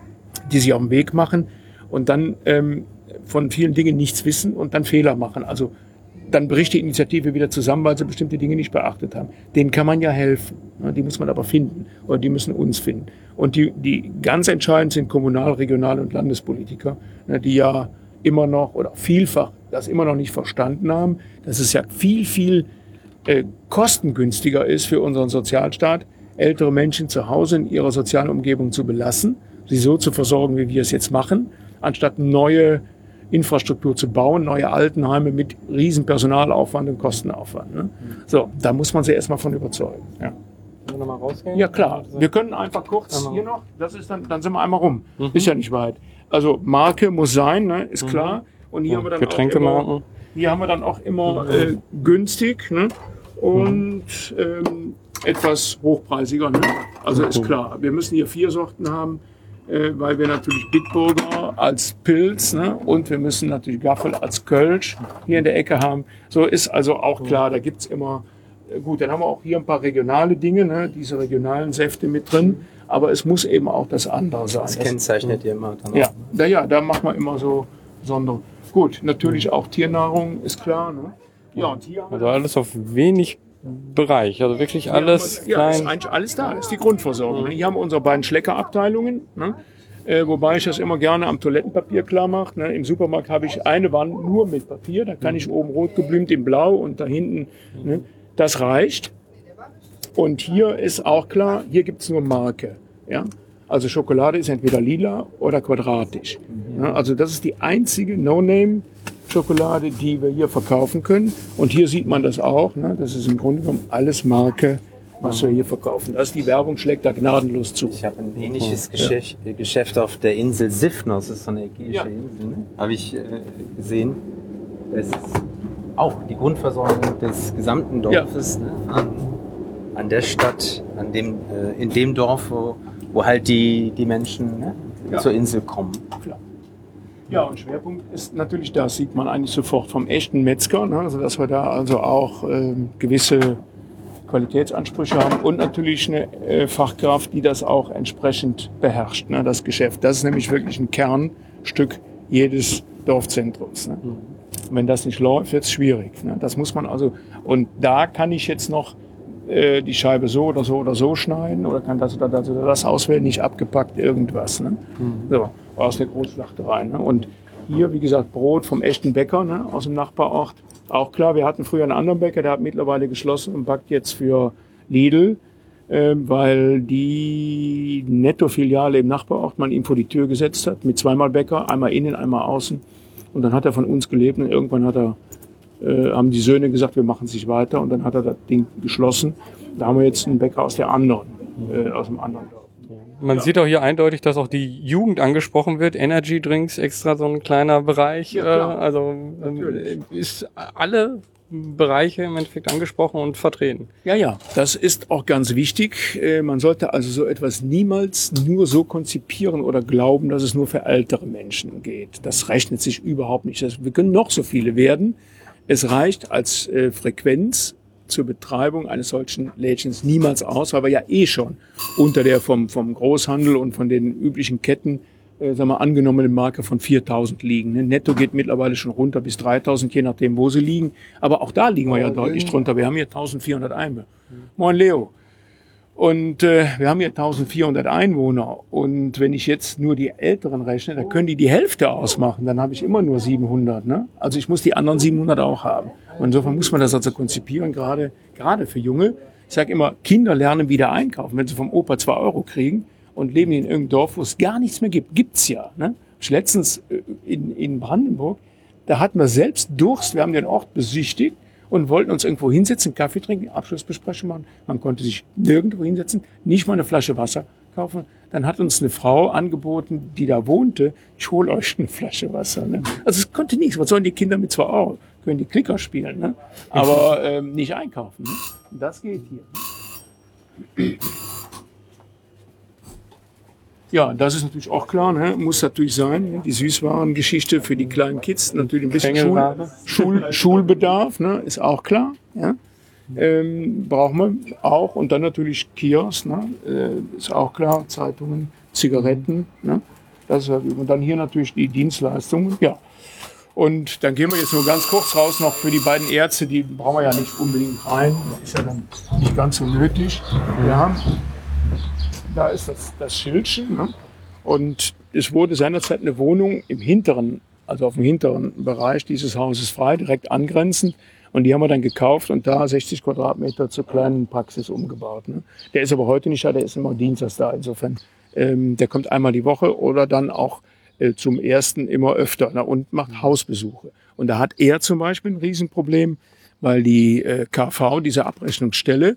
die sich auf den Weg machen und dann ähm, von vielen Dingen nichts wissen und dann Fehler machen. Also dann bricht die Initiative wieder zusammen, weil sie bestimmte Dinge nicht beachtet haben. Denen kann man ja helfen. Die muss man aber finden oder die müssen uns finden. Und die, die ganz entscheidend sind Kommunal-, Regional- und Landespolitiker, die ja immer noch oder vielfach das immer noch nicht verstanden haben, dass es ja viel, viel äh, kostengünstiger ist für unseren Sozialstaat, ältere Menschen zu Hause in ihrer sozialen Umgebung zu belassen, sie so zu versorgen, wie wir es jetzt machen, anstatt neue Infrastruktur zu bauen, neue Altenheime mit riesen Personalaufwand und Kostenaufwand. Ne? So, da muss man sie erstmal von überzeugen. Ja. wir nochmal rausgehen? Ja klar, wir können einfach kurz Einmal. hier noch, das ist dann, dann sind wir einmal rum. Mhm. Ist ja nicht weit. Also Marke muss sein, ne? Ist Mhm. klar. Und hier Ja, haben wir dann Getränkemarken. auch immer, hier haben wir dann auch immer äh, günstig, ne? Und ähm, etwas hochpreisiger. Ne? Also ist klar, wir müssen hier vier Sorten haben, äh, weil wir natürlich Bitburger als Pilz, ne? Und wir müssen natürlich Gaffel als Kölsch hier in der Ecke haben. So ist also auch klar, da gibt's immer, äh, gut, dann haben wir auch hier ein paar regionale Dinge, ne? Diese regionalen Säfte mit drin, aber es muss eben auch das andere sein. Das kennzeichnet ihr immer dann Ja, auch. na ja, da machen wir immer so Sonder. Gut, natürlich auch Tiernahrung, ist klar. Ne? Ja, und hier haben wir Also alles auf wenig Bereich, also wirklich alles ja, ja, ist klein. eigentlich alles da. Das ist die Grundversorgung. Ne? Hier haben wir unsere beiden Schleckerabteilungen, ne? äh, wobei ich das immer gerne am Toilettenpapier klar mache. Ne? Im Supermarkt habe ich eine Wand nur mit Papier, da kann ich oben rot geblümt in blau und da hinten, ne? Das reicht. Und hier ist auch klar, hier gibt es nur Marke. Ja? Also Schokolade ist entweder lila oder quadratisch. Ja, also das ist die einzige No-Name-Schokolade, die wir hier verkaufen können. Und hier sieht man das auch. Ne? Das ist im Grunde genommen alles Marke, was wir hier verkaufen. Das ist die Werbung, schlägt da gnadenlos zu. Ich habe ein ähnliches Geschäft, äh, Geschäft auf der Insel Sifnos, das ist so eine ägäische Ja. Insel, ne? Habe ich äh, gesehen. Das ist auch die Grundversorgung des gesamten Dorfes, ne? an, an der Stadt, an dem, äh, in dem Dorf, wo, wo halt die, die Menschen, ne? Ja. zur Insel kommen. Klar. Ja, und Schwerpunkt ist natürlich, das sieht man eigentlich sofort vom echten Metzger, ne? Also dass wir da also auch ähm, gewisse Qualitätsansprüche haben und natürlich eine äh, Fachkraft, die das auch entsprechend beherrscht, ne? Das Geschäft. Das ist nämlich wirklich ein Kernstück jedes Dorfzentrums. Ne? Und wenn das nicht läuft, wird es schwierig. Ne? Das muss man also, und da kann ich jetzt noch äh, die Scheibe so oder so oder so schneiden oder kann das oder das oder das auswählen, nicht abgepackt, irgendwas. Ne? So, aus der Großschlachterei. Ne? Und hier, wie gesagt, Brot vom echten Bäcker, ne? Aus dem Nachbarort. Auch klar, wir hatten früher einen anderen Bäcker, der hat mittlerweile geschlossen und backt jetzt für Lidl, äh, weil die Netto-Filiale im Nachbarort man ihm vor die Tür gesetzt hat, mit zweimal Bäcker, einmal innen, einmal außen. Und dann hat er von uns gelebt und irgendwann hat er, äh, haben die Söhne gesagt, wir machen es nicht weiter und dann hat er das Ding geschlossen. Da haben wir jetzt einen Bäcker aus der anderen, äh, aus dem anderen Dorf. Man sieht auch hier eindeutig, dass auch die Jugend angesprochen wird. Energy Drinks, extra so ein kleiner Bereich. Ja, klar. äh, also Natürlich. ähm, ist alle Bereiche im Endeffekt angesprochen und vertreten. Ja, ja, das ist auch ganz wichtig. Äh, Man sollte also so etwas niemals nur so konzipieren oder glauben, dass es nur für ältere Menschen geht. Das rechnet sich überhaupt nicht. Das- Wir können noch so viele werden. Es reicht als äh, Frequenz zur Betreibung eines solchen Lädchens niemals aus, weil wir ja eh schon unter der vom, vom Großhandel und von den üblichen Ketten äh, sagen wir, angenommene Marke von viertausend liegen. Ne? Netto geht mittlerweile schon runter bis dreitausend, je nachdem, wo sie liegen. Aber auch da liegen wir ja deutlich drunter. Wir haben hier eintausendvierhundert Einwohner. Moin Leo. Und äh, wir haben hier eintausendvierhundert Einwohner. Und wenn ich jetzt nur die Älteren rechne, dann können die die Hälfte ausmachen. Dann habe ich immer nur siebenhundert. Ne? Also ich muss die anderen siebenhundert auch haben. Und insofern muss man das also konzipieren, gerade gerade für Junge. Ich sage immer, Kinder lernen wieder einkaufen. Wenn sie vom Opa zwei Euro kriegen und leben in irgendeinem Dorf, wo es gar nichts mehr gibt, gibt's ja. Ne? Ich letztens äh, in, in Brandenburg, da hatten wir selbst Durst. Wir haben den Ort besichtigt und wollten uns irgendwo hinsetzen, Kaffee trinken, Abschlussbesprechung machen. Man konnte sich nirgendwo hinsetzen, nicht mal eine Flasche Wasser kaufen. Dann hat uns eine Frau angeboten, die da wohnte, ich hol euch eine Flasche Wasser. Ne? Also es konnte nichts. Was sollen die Kinder mit zwei Euro? Können die Klicker spielen, ne? Aber ähm, nicht einkaufen. Ne? Das geht hier. Ja, das ist natürlich auch klar, ne? Muss natürlich sein. Ne? Die Süßwarengeschichte für die kleinen Kids, natürlich ein bisschen Schul, Quengelware. Schul, Schulbedarf, ne? Ist auch klar. Ja? Ähm, brauchen wir auch. Und dann natürlich Kiosk, ne? äh, ist auch klar. Zeitungen, Zigaretten. Ne? Das ist halt, und dann hier natürlich die Dienstleistungen. Ja. Und dann gehen wir jetzt nur ganz kurz raus noch für die beiden Ärzte. Die brauchen wir ja nicht unbedingt rein. Das ist ja dann nicht ganz so nötig. Ja. Da ist das, das Schildchen. Ne? Und es wurde seinerzeit eine Wohnung im hinteren, also auf dem hinteren Bereich dieses Hauses frei, direkt angrenzend. Und die haben wir dann gekauft und da sechzig Quadratmeter zur kleinen Praxis umgebaut. Ne? Der ist aber heute nicht da, der ist immer dienstags da. Insofern, ähm, der kommt einmal die Woche oder dann auch äh, zum ersten immer öfter, ne? Und macht Hausbesuche. Und da hat er zum Beispiel ein Riesenproblem, weil die äh, K V, diese Abrechnungsstelle,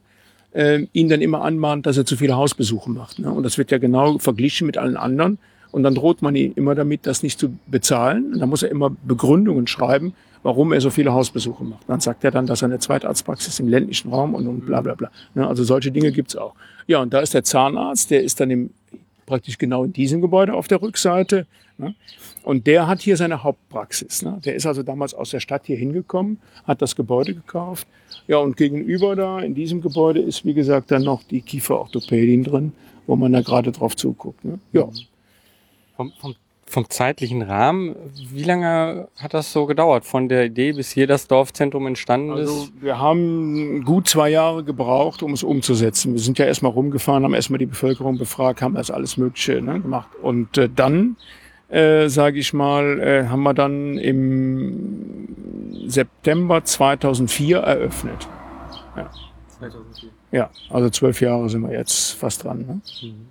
äh, ihn dann immer anmahnt, dass er zu viele Hausbesuche macht. Ne? Und das wird ja genau verglichen mit allen anderen. Und dann droht man ihn immer damit, das nicht zu bezahlen. Und dann muss er immer Begründungen schreiben, warum er so viele Hausbesuche macht. Dann sagt er dann, dass er eine Zweitarztpraxis im ländlichen Raum und, und bla bla bla. Ne? Also solche Dinge gibt's auch. Ja, und da ist der Zahnarzt, der ist dann im, praktisch genau in diesem Gebäude auf der Rückseite. Ne? Und der hat hier seine Hauptpraxis. Ne? Der ist also damals aus der Stadt hier hingekommen, hat das Gebäude gekauft. Ja, und gegenüber da in diesem Gebäude ist, wie gesagt, dann noch die Kieferorthopädin drin, wo man da gerade drauf zuguckt. Ne? Ja. Vom, vom, vom zeitlichen Rahmen, wie lange hat das so gedauert, von der Idee bis hier das Dorfzentrum entstanden ist? Also wir haben gut zwei Jahre gebraucht, um es umzusetzen. Wir sind ja erstmal rumgefahren, haben erstmal die Bevölkerung befragt, haben das alles Mögliche, ne, gemacht. Und äh, dann, äh, sage ich mal, äh, haben wir dann im September zweitausendvier eröffnet. Ja. zweitausendvier. Ja, also zwölf Jahre sind wir jetzt fast dran. Ne? Mhm.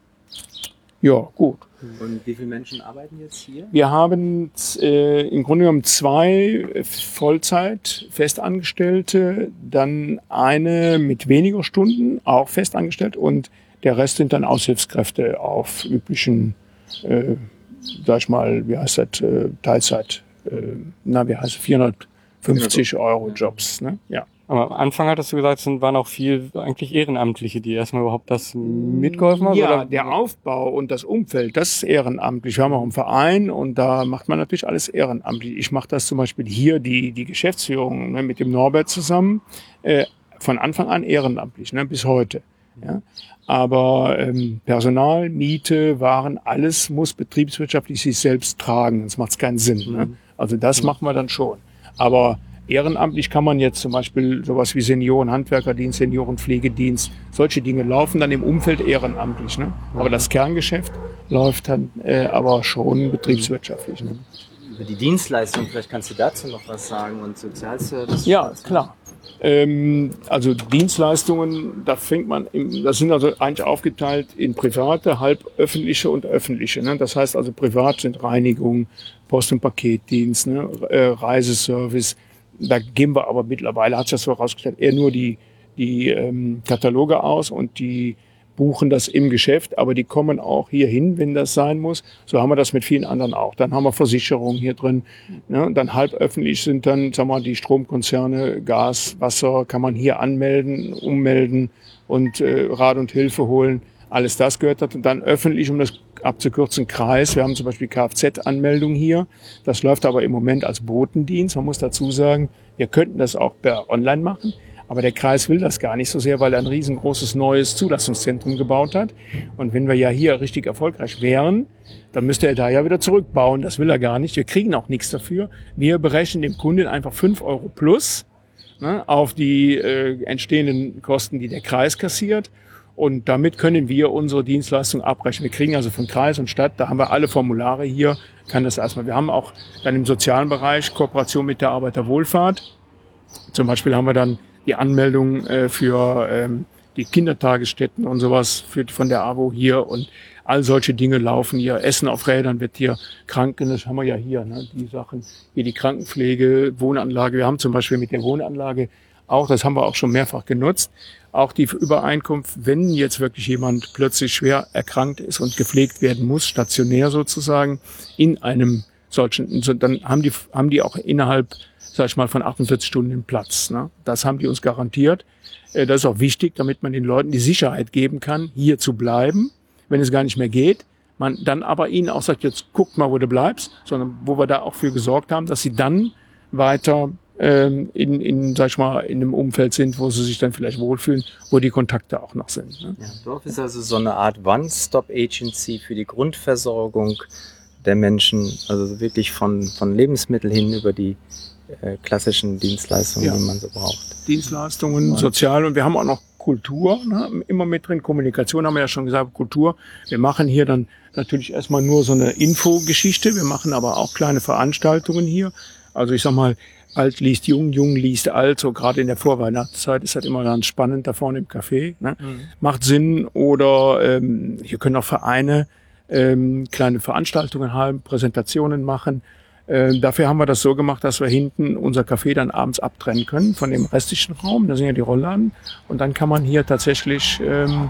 Ja, gut. Und wie viele Menschen arbeiten jetzt hier? Wir haben äh, im Grunde genommen zwei Vollzeit Festangestellte, dann eine mit weniger Stunden, auch festangestellt, und der Rest sind dann Aushilfskräfte auf üblichen, äh, sag ich mal, wie heißt das, äh, Teilzeit, äh, na, wie heißt es, vierhundertfünfzig Euro Jobs, ne? Ja. Aber am Anfang hattest du gesagt, es waren auch viel eigentlich Ehrenamtliche, die erstmal überhaupt das mitgeholfen haben? Ja, oder? Der Aufbau und das Umfeld, das ist ehrenamtlich. Wir haben auch einen Verein und da macht man natürlich alles ehrenamtlich. Ich mache das zum Beispiel hier, die, die Geschäftsführung, ne, mit dem Norbert zusammen, äh, von Anfang an ehrenamtlich, ne, bis heute. Ja. Aber ähm, Personal, Miete, Waren, alles muss betriebswirtschaftlich sich selbst tragen, sonst macht es keinen Sinn. Mhm. Ne? Also das mhm. machen wir dann schon. Aber ehrenamtlich kann man jetzt zum Beispiel sowas wie Seniorenhandwerkerdienst, Seniorenpflegedienst, solche Dinge laufen dann im Umfeld ehrenamtlich. Ne? Aber das Kerngeschäft läuft dann äh, aber schon betriebswirtschaftlich. Ne? Über die Dienstleistung, vielleicht kannst du dazu noch was sagen und Sozialservice? Ja, klar. Ähm, also Dienstleistungen, da fängt man, im, das sind also eigentlich aufgeteilt in private, halb öffentliche und öffentliche. Ne? Das heißt also privat sind Reinigung, Post- und Paketdienst, ne? äh, Reiseservice. Da geben wir aber mittlerweile, hat sich das so herausgestellt, eher nur die, die ähm, Kataloge aus und die buchen das im Geschäft, aber die kommen auch hier hin, wenn das sein muss. So haben wir das mit vielen anderen auch. Dann haben wir Versicherungen hier drin. Ne? Und dann halb öffentlich sind dann, sagen wir mal, die Stromkonzerne, Gas, Wasser, kann man hier anmelden, ummelden und äh, Rat und Hilfe holen. Alles das gehört dazu. Und dann öffentlich, um das abzukürzen, Kreis. Wir haben zum Beispiel Kfz-Anmeldung hier. Das läuft aber im Moment als Botendienst. Man muss dazu sagen, wir könnten das auch per Online machen. Aber der Kreis will das gar nicht so sehr, weil er ein riesengroßes neues Zulassungszentrum gebaut hat. Und wenn wir ja hier richtig erfolgreich wären, dann müsste er da ja wieder zurückbauen. Das will er gar nicht. Wir kriegen auch nichts dafür. Wir berechnen dem Kunden einfach fünf Euro plus, ne, auf die äh, entstehenden Kosten, die der Kreis kassiert. Und damit können wir unsere Dienstleistung abrechnen. Wir kriegen also von Kreis und Stadt, da haben wir alle Formulare hier, kann das erstmal. Wir haben auch dann im sozialen Bereich Kooperation mit der Arbeiterwohlfahrt. Zum Beispiel haben wir dann die Anmeldung äh, für ähm, die Kindertagesstätten und sowas für, von der A W O hier, und all solche Dinge laufen hier. Essen auf Rädern wird hier, Kranken, das haben wir ja hier, ne, die Sachen, hier die Krankenpflege, Wohnanlage. Wir haben zum Beispiel mit der Wohnanlage auch, das haben wir auch schon mehrfach genutzt, auch die Übereinkunft, wenn jetzt wirklich jemand plötzlich schwer erkrankt ist und gepflegt werden muss, stationär sozusagen, in einem solchen, dann haben die, haben die auch innerhalb, sag ich mal, von achtundvierzig Stunden den Platz. Ne? Das haben die uns garantiert. Das ist auch wichtig, damit man den Leuten die Sicherheit geben kann, hier zu bleiben, wenn es gar nicht mehr geht. Man dann aber ihnen auch sagt, jetzt guckt mal, wo du bleibst, sondern wo wir da auch für gesorgt haben, dass sie dann weiter ähm, in, in, sag ich mal, in einem Umfeld sind, wo sie sich dann vielleicht wohlfühlen, wo die Kontakte auch noch sind. Ne? Ja, Dorf ist also so eine Art One-Stop-Agency für die Grundversorgung der Menschen, also wirklich von, von Lebensmitteln hin über die äh, klassischen Dienstleistungen, ja, die man so braucht. Dienstleistungen, sozial, und wir haben auch noch Kultur, ne, immer mit drin. Kommunikation haben wir ja schon gesagt, Kultur. Wir machen hier dann natürlich erstmal nur so eine Infogeschichte. Wir machen aber auch kleine Veranstaltungen hier. Also ich sag mal, alt liest jung, jung liest alt. So gerade in der Vorweihnachtszeit ist das immer ganz spannend da vorne im Café. Ne? Mhm. Macht Sinn. Oder ähm, hier können auch Vereine ähm, kleine Veranstaltungen haben, Präsentationen machen. Äh, dafür haben wir das so gemacht, dass wir hinten unser Café dann abends abtrennen können von dem restlichen Raum. Da sind ja die Rollladen. Und dann kann man hier tatsächlich ähm,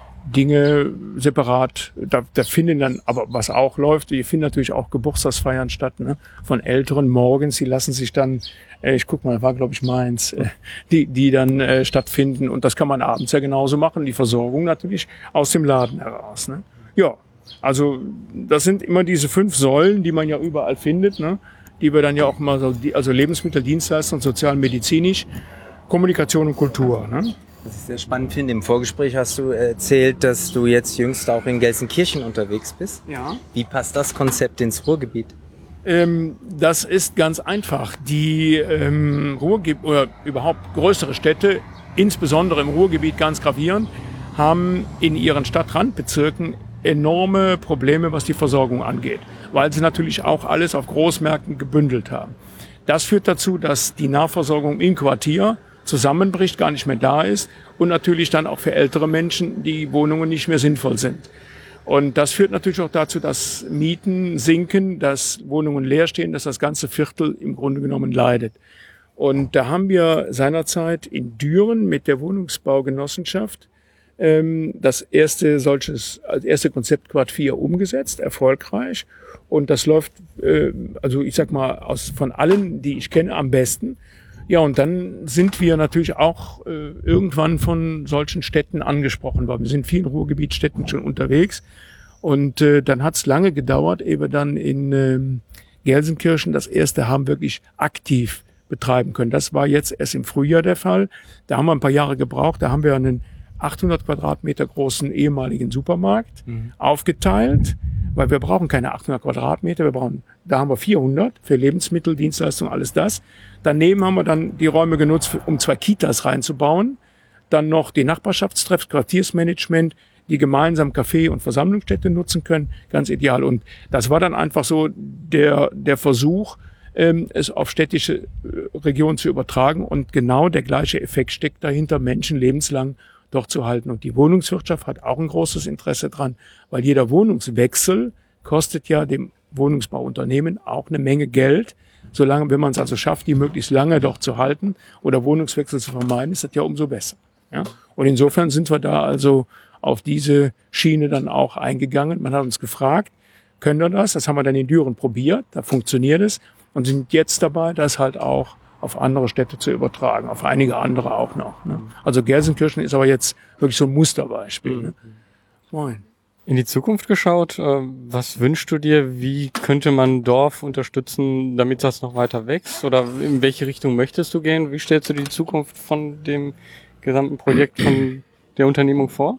Dinge separat, da, da finden dann, aber was auch läuft, hier finden natürlich auch Geburtstagsfeiern statt, ne, von Älteren morgens, die lassen sich dann, äh, ich guck mal, war glaube ich Mainz, äh, die, die dann äh, stattfinden und das kann man abends ja genauso machen, die Versorgung natürlich aus dem Laden heraus, ne. Ja, also das sind immer diese fünf Säulen, die man ja überall findet, ne, die wir dann ja auch immer so, also Lebensmittel, Dienstleistung, sozial-medizinisch, Kommunikation und Kultur, ne. Was ich sehr spannend finde, im Vorgespräch hast du erzählt, dass du jetzt jüngst auch in Gelsenkirchen unterwegs bist. Ja. Wie passt das Konzept ins Ruhrgebiet? Ähm, das ist ganz einfach. Die ähm, Ruhrgebiet oder überhaupt größere Städte, insbesondere im Ruhrgebiet ganz gravierend, haben in ihren Stadtrandbezirken enorme Probleme, was die Versorgung angeht, weil sie natürlich auch alles auf Großmärkten gebündelt haben. Das führt dazu, dass die Nahversorgung im Quartier zusammenbricht, gar nicht mehr da ist und natürlich dann auch für ältere Menschen die Wohnungen nicht mehr sinnvoll sind. Und das führt natürlich auch dazu, dass Mieten sinken, dass Wohnungen leer stehen, dass das ganze Viertel im Grunde genommen leidet. Und da haben wir seinerzeit in Düren mit der Wohnungsbaugenossenschaft ähm, das erste solches, als erste Konzept Quart vier umgesetzt, erfolgreich. Und das läuft, äh, also ich sag mal, aus von allen, die ich kenne, am besten. Ja, und dann sind wir natürlich auch äh, irgendwann von solchen Städten angesprochen worden. Wir sind in vielen Ruhrgebietsstädten schon unterwegs. Und äh, dann hat es lange gedauert, ehe wir dann in äh, Gelsenkirchen das erste haben wirklich aktiv betreiben können. Das war jetzt erst im Frühjahr der Fall. Da haben wir ein paar Jahre gebraucht. Da haben wir einen achthundert Quadratmeter großen ehemaligen Supermarkt mhm. aufgeteilt, weil wir brauchen keine achthundert Quadratmeter. Wir brauchen, da haben wir vierhundert für Lebensmittel, Dienstleistungen, alles das. Daneben haben wir dann die Räume genutzt, um zwei Kitas reinzubauen. Dann noch die Nachbarschaftstreffs, Quartiersmanagement, die gemeinsam Café und Versammlungsstätte nutzen können. Ganz ideal. Und das war dann einfach so der, der Versuch, ähm, es auf städtische äh, Regionen zu übertragen. Und genau der gleiche Effekt steckt dahinter, Menschen lebenslang dort zu halten. Und die Wohnungswirtschaft hat auch ein großes Interesse dran, weil jeder Wohnungswechsel kostet ja dem Wohnungsbauunternehmen auch eine Menge Geld. Solange, wenn man es also schafft, die möglichst lange dort zu halten oder Wohnungswechsel zu vermeiden, ist das ja umso besser. Ja? Und insofern sind wir da also auf diese Schiene dann auch eingegangen. Man hat uns gefragt, können wir das? Das haben wir dann in Düren probiert, da funktioniert es und sind jetzt dabei, das halt auch auf andere Städte zu übertragen, auf einige andere auch noch. Ne? Also Gelsenkirchen ist aber jetzt wirklich so ein Musterbeispiel. Ne? Moin. In die Zukunft geschaut, äh, was wünschst du dir? Wie könnte man Dorf unterstützen, damit das noch weiter wächst? Oder in welche Richtung möchtest du gehen? Wie stellst du dir die Zukunft von dem gesamten Projekt von der Unternehmung vor?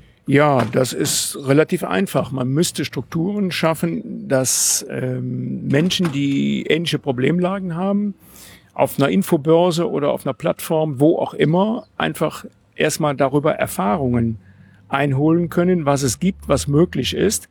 Ja, das ist relativ einfach. Man müsste Strukturen schaffen, dass ähm, Menschen, die ähnliche Problemlagen haben, auf einer Infobörse oder auf einer Plattform, wo auch immer, einfach erstmal darüber Erfahrungen einholen können, was es gibt, was möglich ist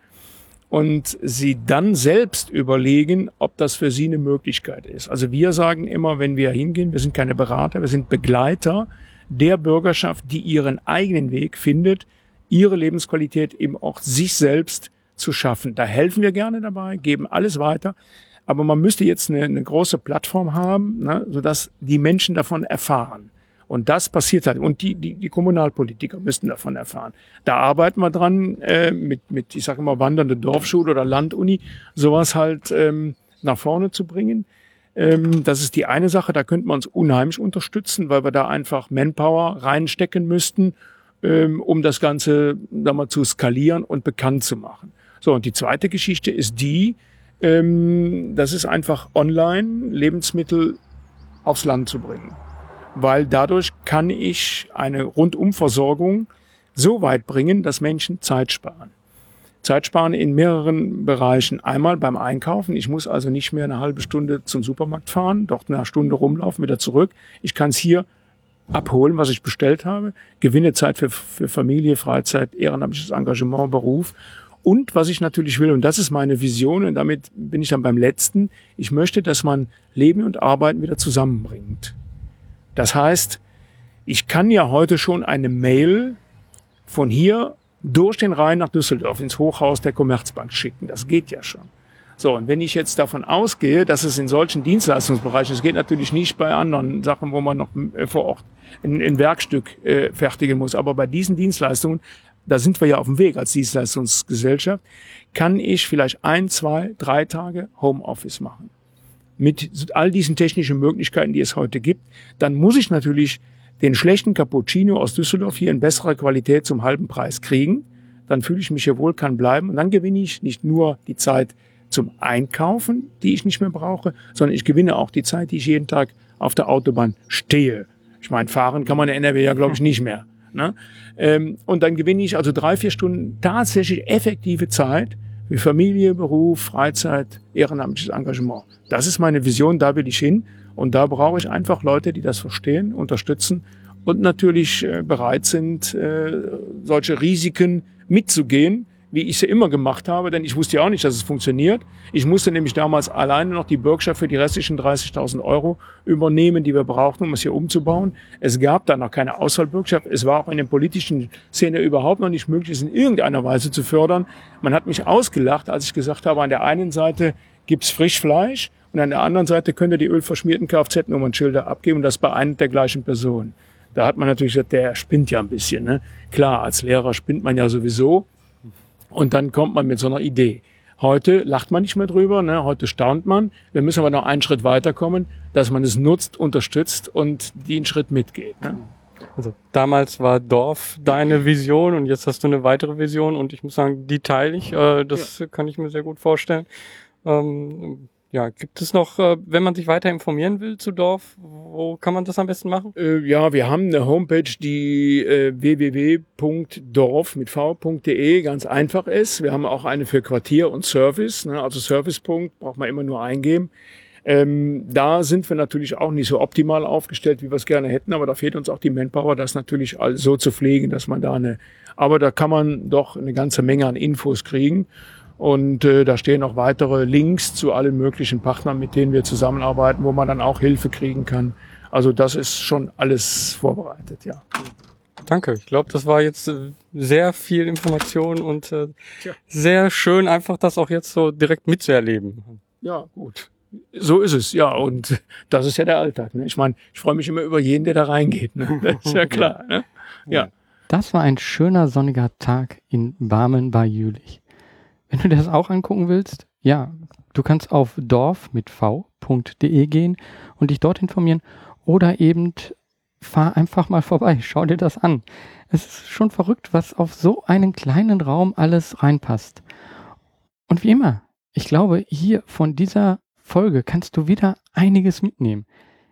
und sie dann selbst überlegen, ob das für sie eine Möglichkeit ist. Also wir sagen immer, wenn wir hingehen, wir sind keine Berater, wir sind Begleiter der Bürgerschaft, die ihren eigenen Weg findet, ihre Lebensqualität eben auch sich selbst zu schaffen. Da helfen wir gerne dabei, geben alles weiter. Aber man müsste jetzt eine, eine große Plattform haben, ne, sodass die Menschen davon erfahren. Und das passiert halt. Und die, die, die Kommunalpolitiker müssten davon erfahren. Da arbeiten wir dran, äh, mit, mit, ich sage immer, wandernde Dorfschule oder Landuni, sowas halt ähm, nach vorne zu bringen. Ähm, das ist die eine Sache, da könnte man uns unheimlich unterstützen, weil wir da einfach Manpower reinstecken müssten, ähm, um das Ganze, sagen wir mal, zu skalieren und bekannt zu machen. So, und die zweite Geschichte ist die, ähm, das ist einfach online Lebensmittel aufs Land zu bringen. Weil dadurch kann ich eine Rundumversorgung so weit bringen, dass Menschen Zeit sparen. Zeit sparen in mehreren Bereichen. Einmal beim Einkaufen. Ich muss also nicht mehr eine halbe Stunde zum Supermarkt fahren, dort eine Stunde rumlaufen, wieder zurück. Ich kann es hier abholen, was ich bestellt habe. Gewinne Zeit für, für Familie, Freizeit, ehrenamtliches Engagement, Beruf. Und was ich natürlich will, und das ist meine Vision, und damit bin ich dann beim Letzten, ich möchte, dass man Leben und Arbeiten wieder zusammenbringt. Das heißt, ich kann ja heute schon eine Mail von hier durch den Rhein nach Düsseldorf ins Hochhaus der Commerzbank schicken. Das geht ja schon. So, und wenn ich jetzt davon ausgehe, dass es in solchen Dienstleistungsbereichen, es geht natürlich nicht bei anderen Sachen, wo man noch äh, vor Ort ein, ein Werkstück äh, fertigen muss, aber bei diesen Dienstleistungen, da sind wir ja auf dem Weg als Dienstleistungsgesellschaft, kann ich vielleicht ein, zwei, drei Tage Homeoffice machen. Mit all diesen technischen Möglichkeiten, die es heute gibt, dann muss ich natürlich den schlechten Cappuccino aus Düsseldorf hier in besserer Qualität zum halben Preis kriegen. Dann fühle ich mich hier wohl, kann bleiben. Und dann gewinne ich nicht nur die Zeit zum Einkaufen, die ich nicht mehr brauche, sondern ich gewinne auch die Zeit, die ich jeden Tag auf der Autobahn stehe. Ich meine, fahren kann man in N R W ja, glaube ich, nicht mehr. Ne? Ähm, und dann gewinne ich also drei, vier Stunden tatsächlich effektive Zeit für Familie, Beruf, Freizeit, ehrenamtliches Engagement. Das ist meine Vision, da will ich hin. Und da brauche ich einfach Leute, die das verstehen, unterstützen und natürlich äh, bereit sind, äh, solche Risiken mitzugehen, wie ich sie immer gemacht habe, denn ich wusste ja auch nicht, dass es funktioniert. Ich musste nämlich damals alleine noch die Bürgschaft für die restlichen dreißigtausend Euro übernehmen, die wir brauchten, um es hier umzubauen. Es gab da noch keine Auswahlbürgschaft. Es war auch in der politischen Szene überhaupt noch nicht möglich, es in irgendeiner Weise zu fördern. Man hat mich ausgelacht, als ich gesagt habe, an der einen Seite gibt's Frischfleisch und an der anderen Seite könnt ihr die ölverschmierten Kfz-Nummernschilder abgeben und das bei einer der gleichen Person. Da hat man natürlich gesagt, der spinnt ja ein bisschen. Ne? Klar, als Lehrer spinnt man ja sowieso. Und dann kommt man mit so einer Idee. Heute lacht man nicht mehr drüber, ne? Heute staunt man. Wir müssen aber noch einen Schritt weiterkommen, dass man es nutzt, unterstützt und den Schritt mitgeht. Ne? Also damals war Dorf deine Vision und jetzt hast du eine weitere Vision und ich muss sagen, die teile ich. Äh, das ja. kann ich mir sehr gut vorstellen. Ähm, ja, gibt es noch, äh, wenn man sich weiter informieren will zu Dorf, wo kann man das am besten machen? Äh, ja, wir haben eine Homepage, die äh, w w w punkt dorf mit v punkt de ganz einfach ist. Wir haben auch eine für Quartier und Service, ne? Also Servicepunkt braucht man immer nur eingeben. Ähm, da sind wir natürlich auch nicht so optimal aufgestellt, wie wir es gerne hätten, aber da fehlt uns auch die Manpower, das natürlich so zu pflegen, dass man da eine, aber da kann man doch eine ganze Menge an Infos kriegen. Und äh, da stehen auch weitere Links zu allen möglichen Partnern, mit denen wir zusammenarbeiten, wo man dann auch Hilfe kriegen kann. Also das ist schon alles vorbereitet, ja. Danke. Ich glaube, das war jetzt äh, sehr viel Information und äh, sehr schön, einfach das auch jetzt so direkt mitzuerleben. Ja, gut. So ist es, ja. Und das ist ja der Alltag. Ne? Ich meine, ich freue mich immer über jeden, der da reingeht. Ne? Das ist ja klar. Ne? Ja. Das war ein schöner sonniger Tag in Barmen bei Jülich. Wenn du dir das auch angucken willst, ja, du kannst auf dorf mit v punkt de gehen und dich dort informieren oder eben fahr einfach mal vorbei, schau dir das an. Es ist schon verrückt, was auf so einen kleinen Raum alles reinpasst. Und wie immer, ich glaube, hier von dieser Folge kannst du wieder einiges mitnehmen.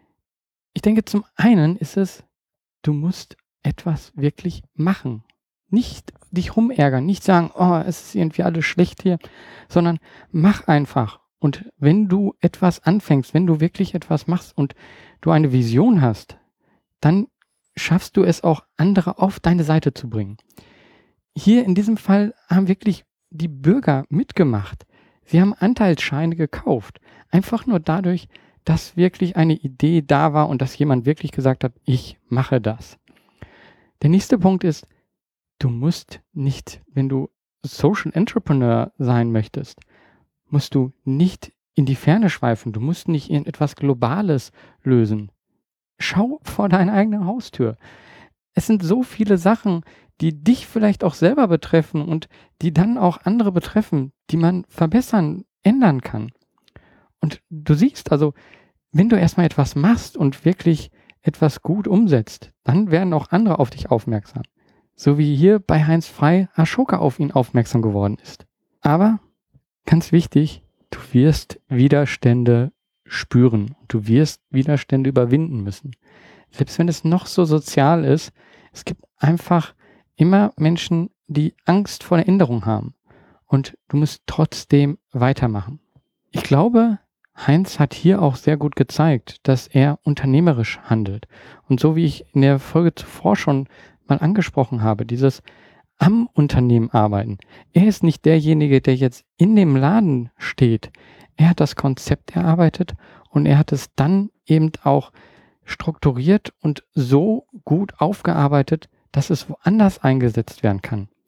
Ich denke, zum einen ist es, du musst etwas wirklich machen. Nicht dich rumärgern, nicht sagen, oh, es ist irgendwie alles schlecht hier, sondern mach einfach. Und wenn du etwas anfängst, wenn du wirklich etwas machst und du eine Vision hast, dann schaffst du es auch, andere auf deine Seite zu bringen. Hier in diesem Fall haben wirklich die Bürger mitgemacht. Sie haben Anteilsscheine gekauft. Einfach nur dadurch, dass wirklich eine Idee da war und dass jemand wirklich gesagt hat, ich mache das. Der nächste Punkt ist, du musst nicht, wenn du Social Entrepreneur sein möchtest, musst du nicht in die Ferne schweifen. Du musst nicht irgendetwas Globales lösen. Schau vor deine eigene Haustür. Es sind so viele Sachen, die dich vielleicht auch selber betreffen und die dann auch andere betreffen, die man verbessern, ändern kann. Und du siehst also, wenn du erstmal etwas machst und wirklich etwas gut umsetzt, dann werden auch andere auf dich aufmerksam. So wie hier bei Heinz Frei Ashoka auf ihn aufmerksam geworden ist. Aber, ganz wichtig, du wirst Widerstände spüren. Du wirst Widerstände überwinden müssen. Selbst wenn es noch so sozial ist, es gibt einfach immer Menschen, die Angst vor der Änderung haben. Und du musst trotzdem weitermachen. Ich glaube, Heinz hat hier auch sehr gut gezeigt, dass er unternehmerisch handelt. Und so wie ich in der Folge zuvor schon mal angesprochen habe, dieses am Unternehmen arbeiten. Er ist nicht derjenige, der jetzt in dem Laden steht. Er hat das Konzept erarbeitet und er hat es dann eben auch strukturiert und so gut aufgearbeitet, dass es woanders eingesetzt werden kann.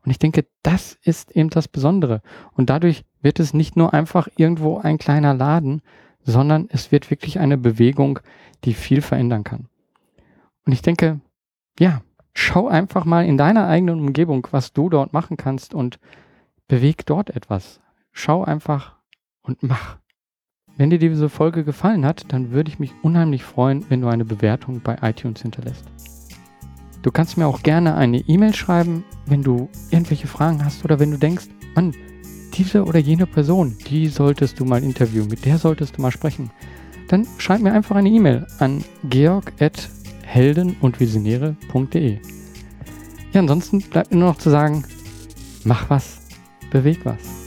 Und ich denke, das ist eben das Besondere. Und dadurch wird es nicht nur einfach irgendwo ein kleiner Laden, sondern es wird wirklich eine Bewegung, die viel verändern kann. Und ich denke, ja, schau einfach mal in deiner eigenen Umgebung, was du dort machen kannst und beweg dort etwas. Schau einfach und mach. Wenn dir diese Folge gefallen hat, dann würde ich mich unheimlich freuen, wenn du eine Bewertung bei iTunes hinterlässt. Du kannst mir auch gerne eine E-Mail schreiben, wenn du irgendwelche Fragen hast oder wenn du denkst, Mann, diese oder jene Person, die solltest du mal interviewen, mit der solltest du mal sprechen. Dann schreib mir einfach eine E-Mail an georg at helden und visionäre punkt de. Ja, ansonsten bleibt mir nur noch zu sagen, mach was, beweg was.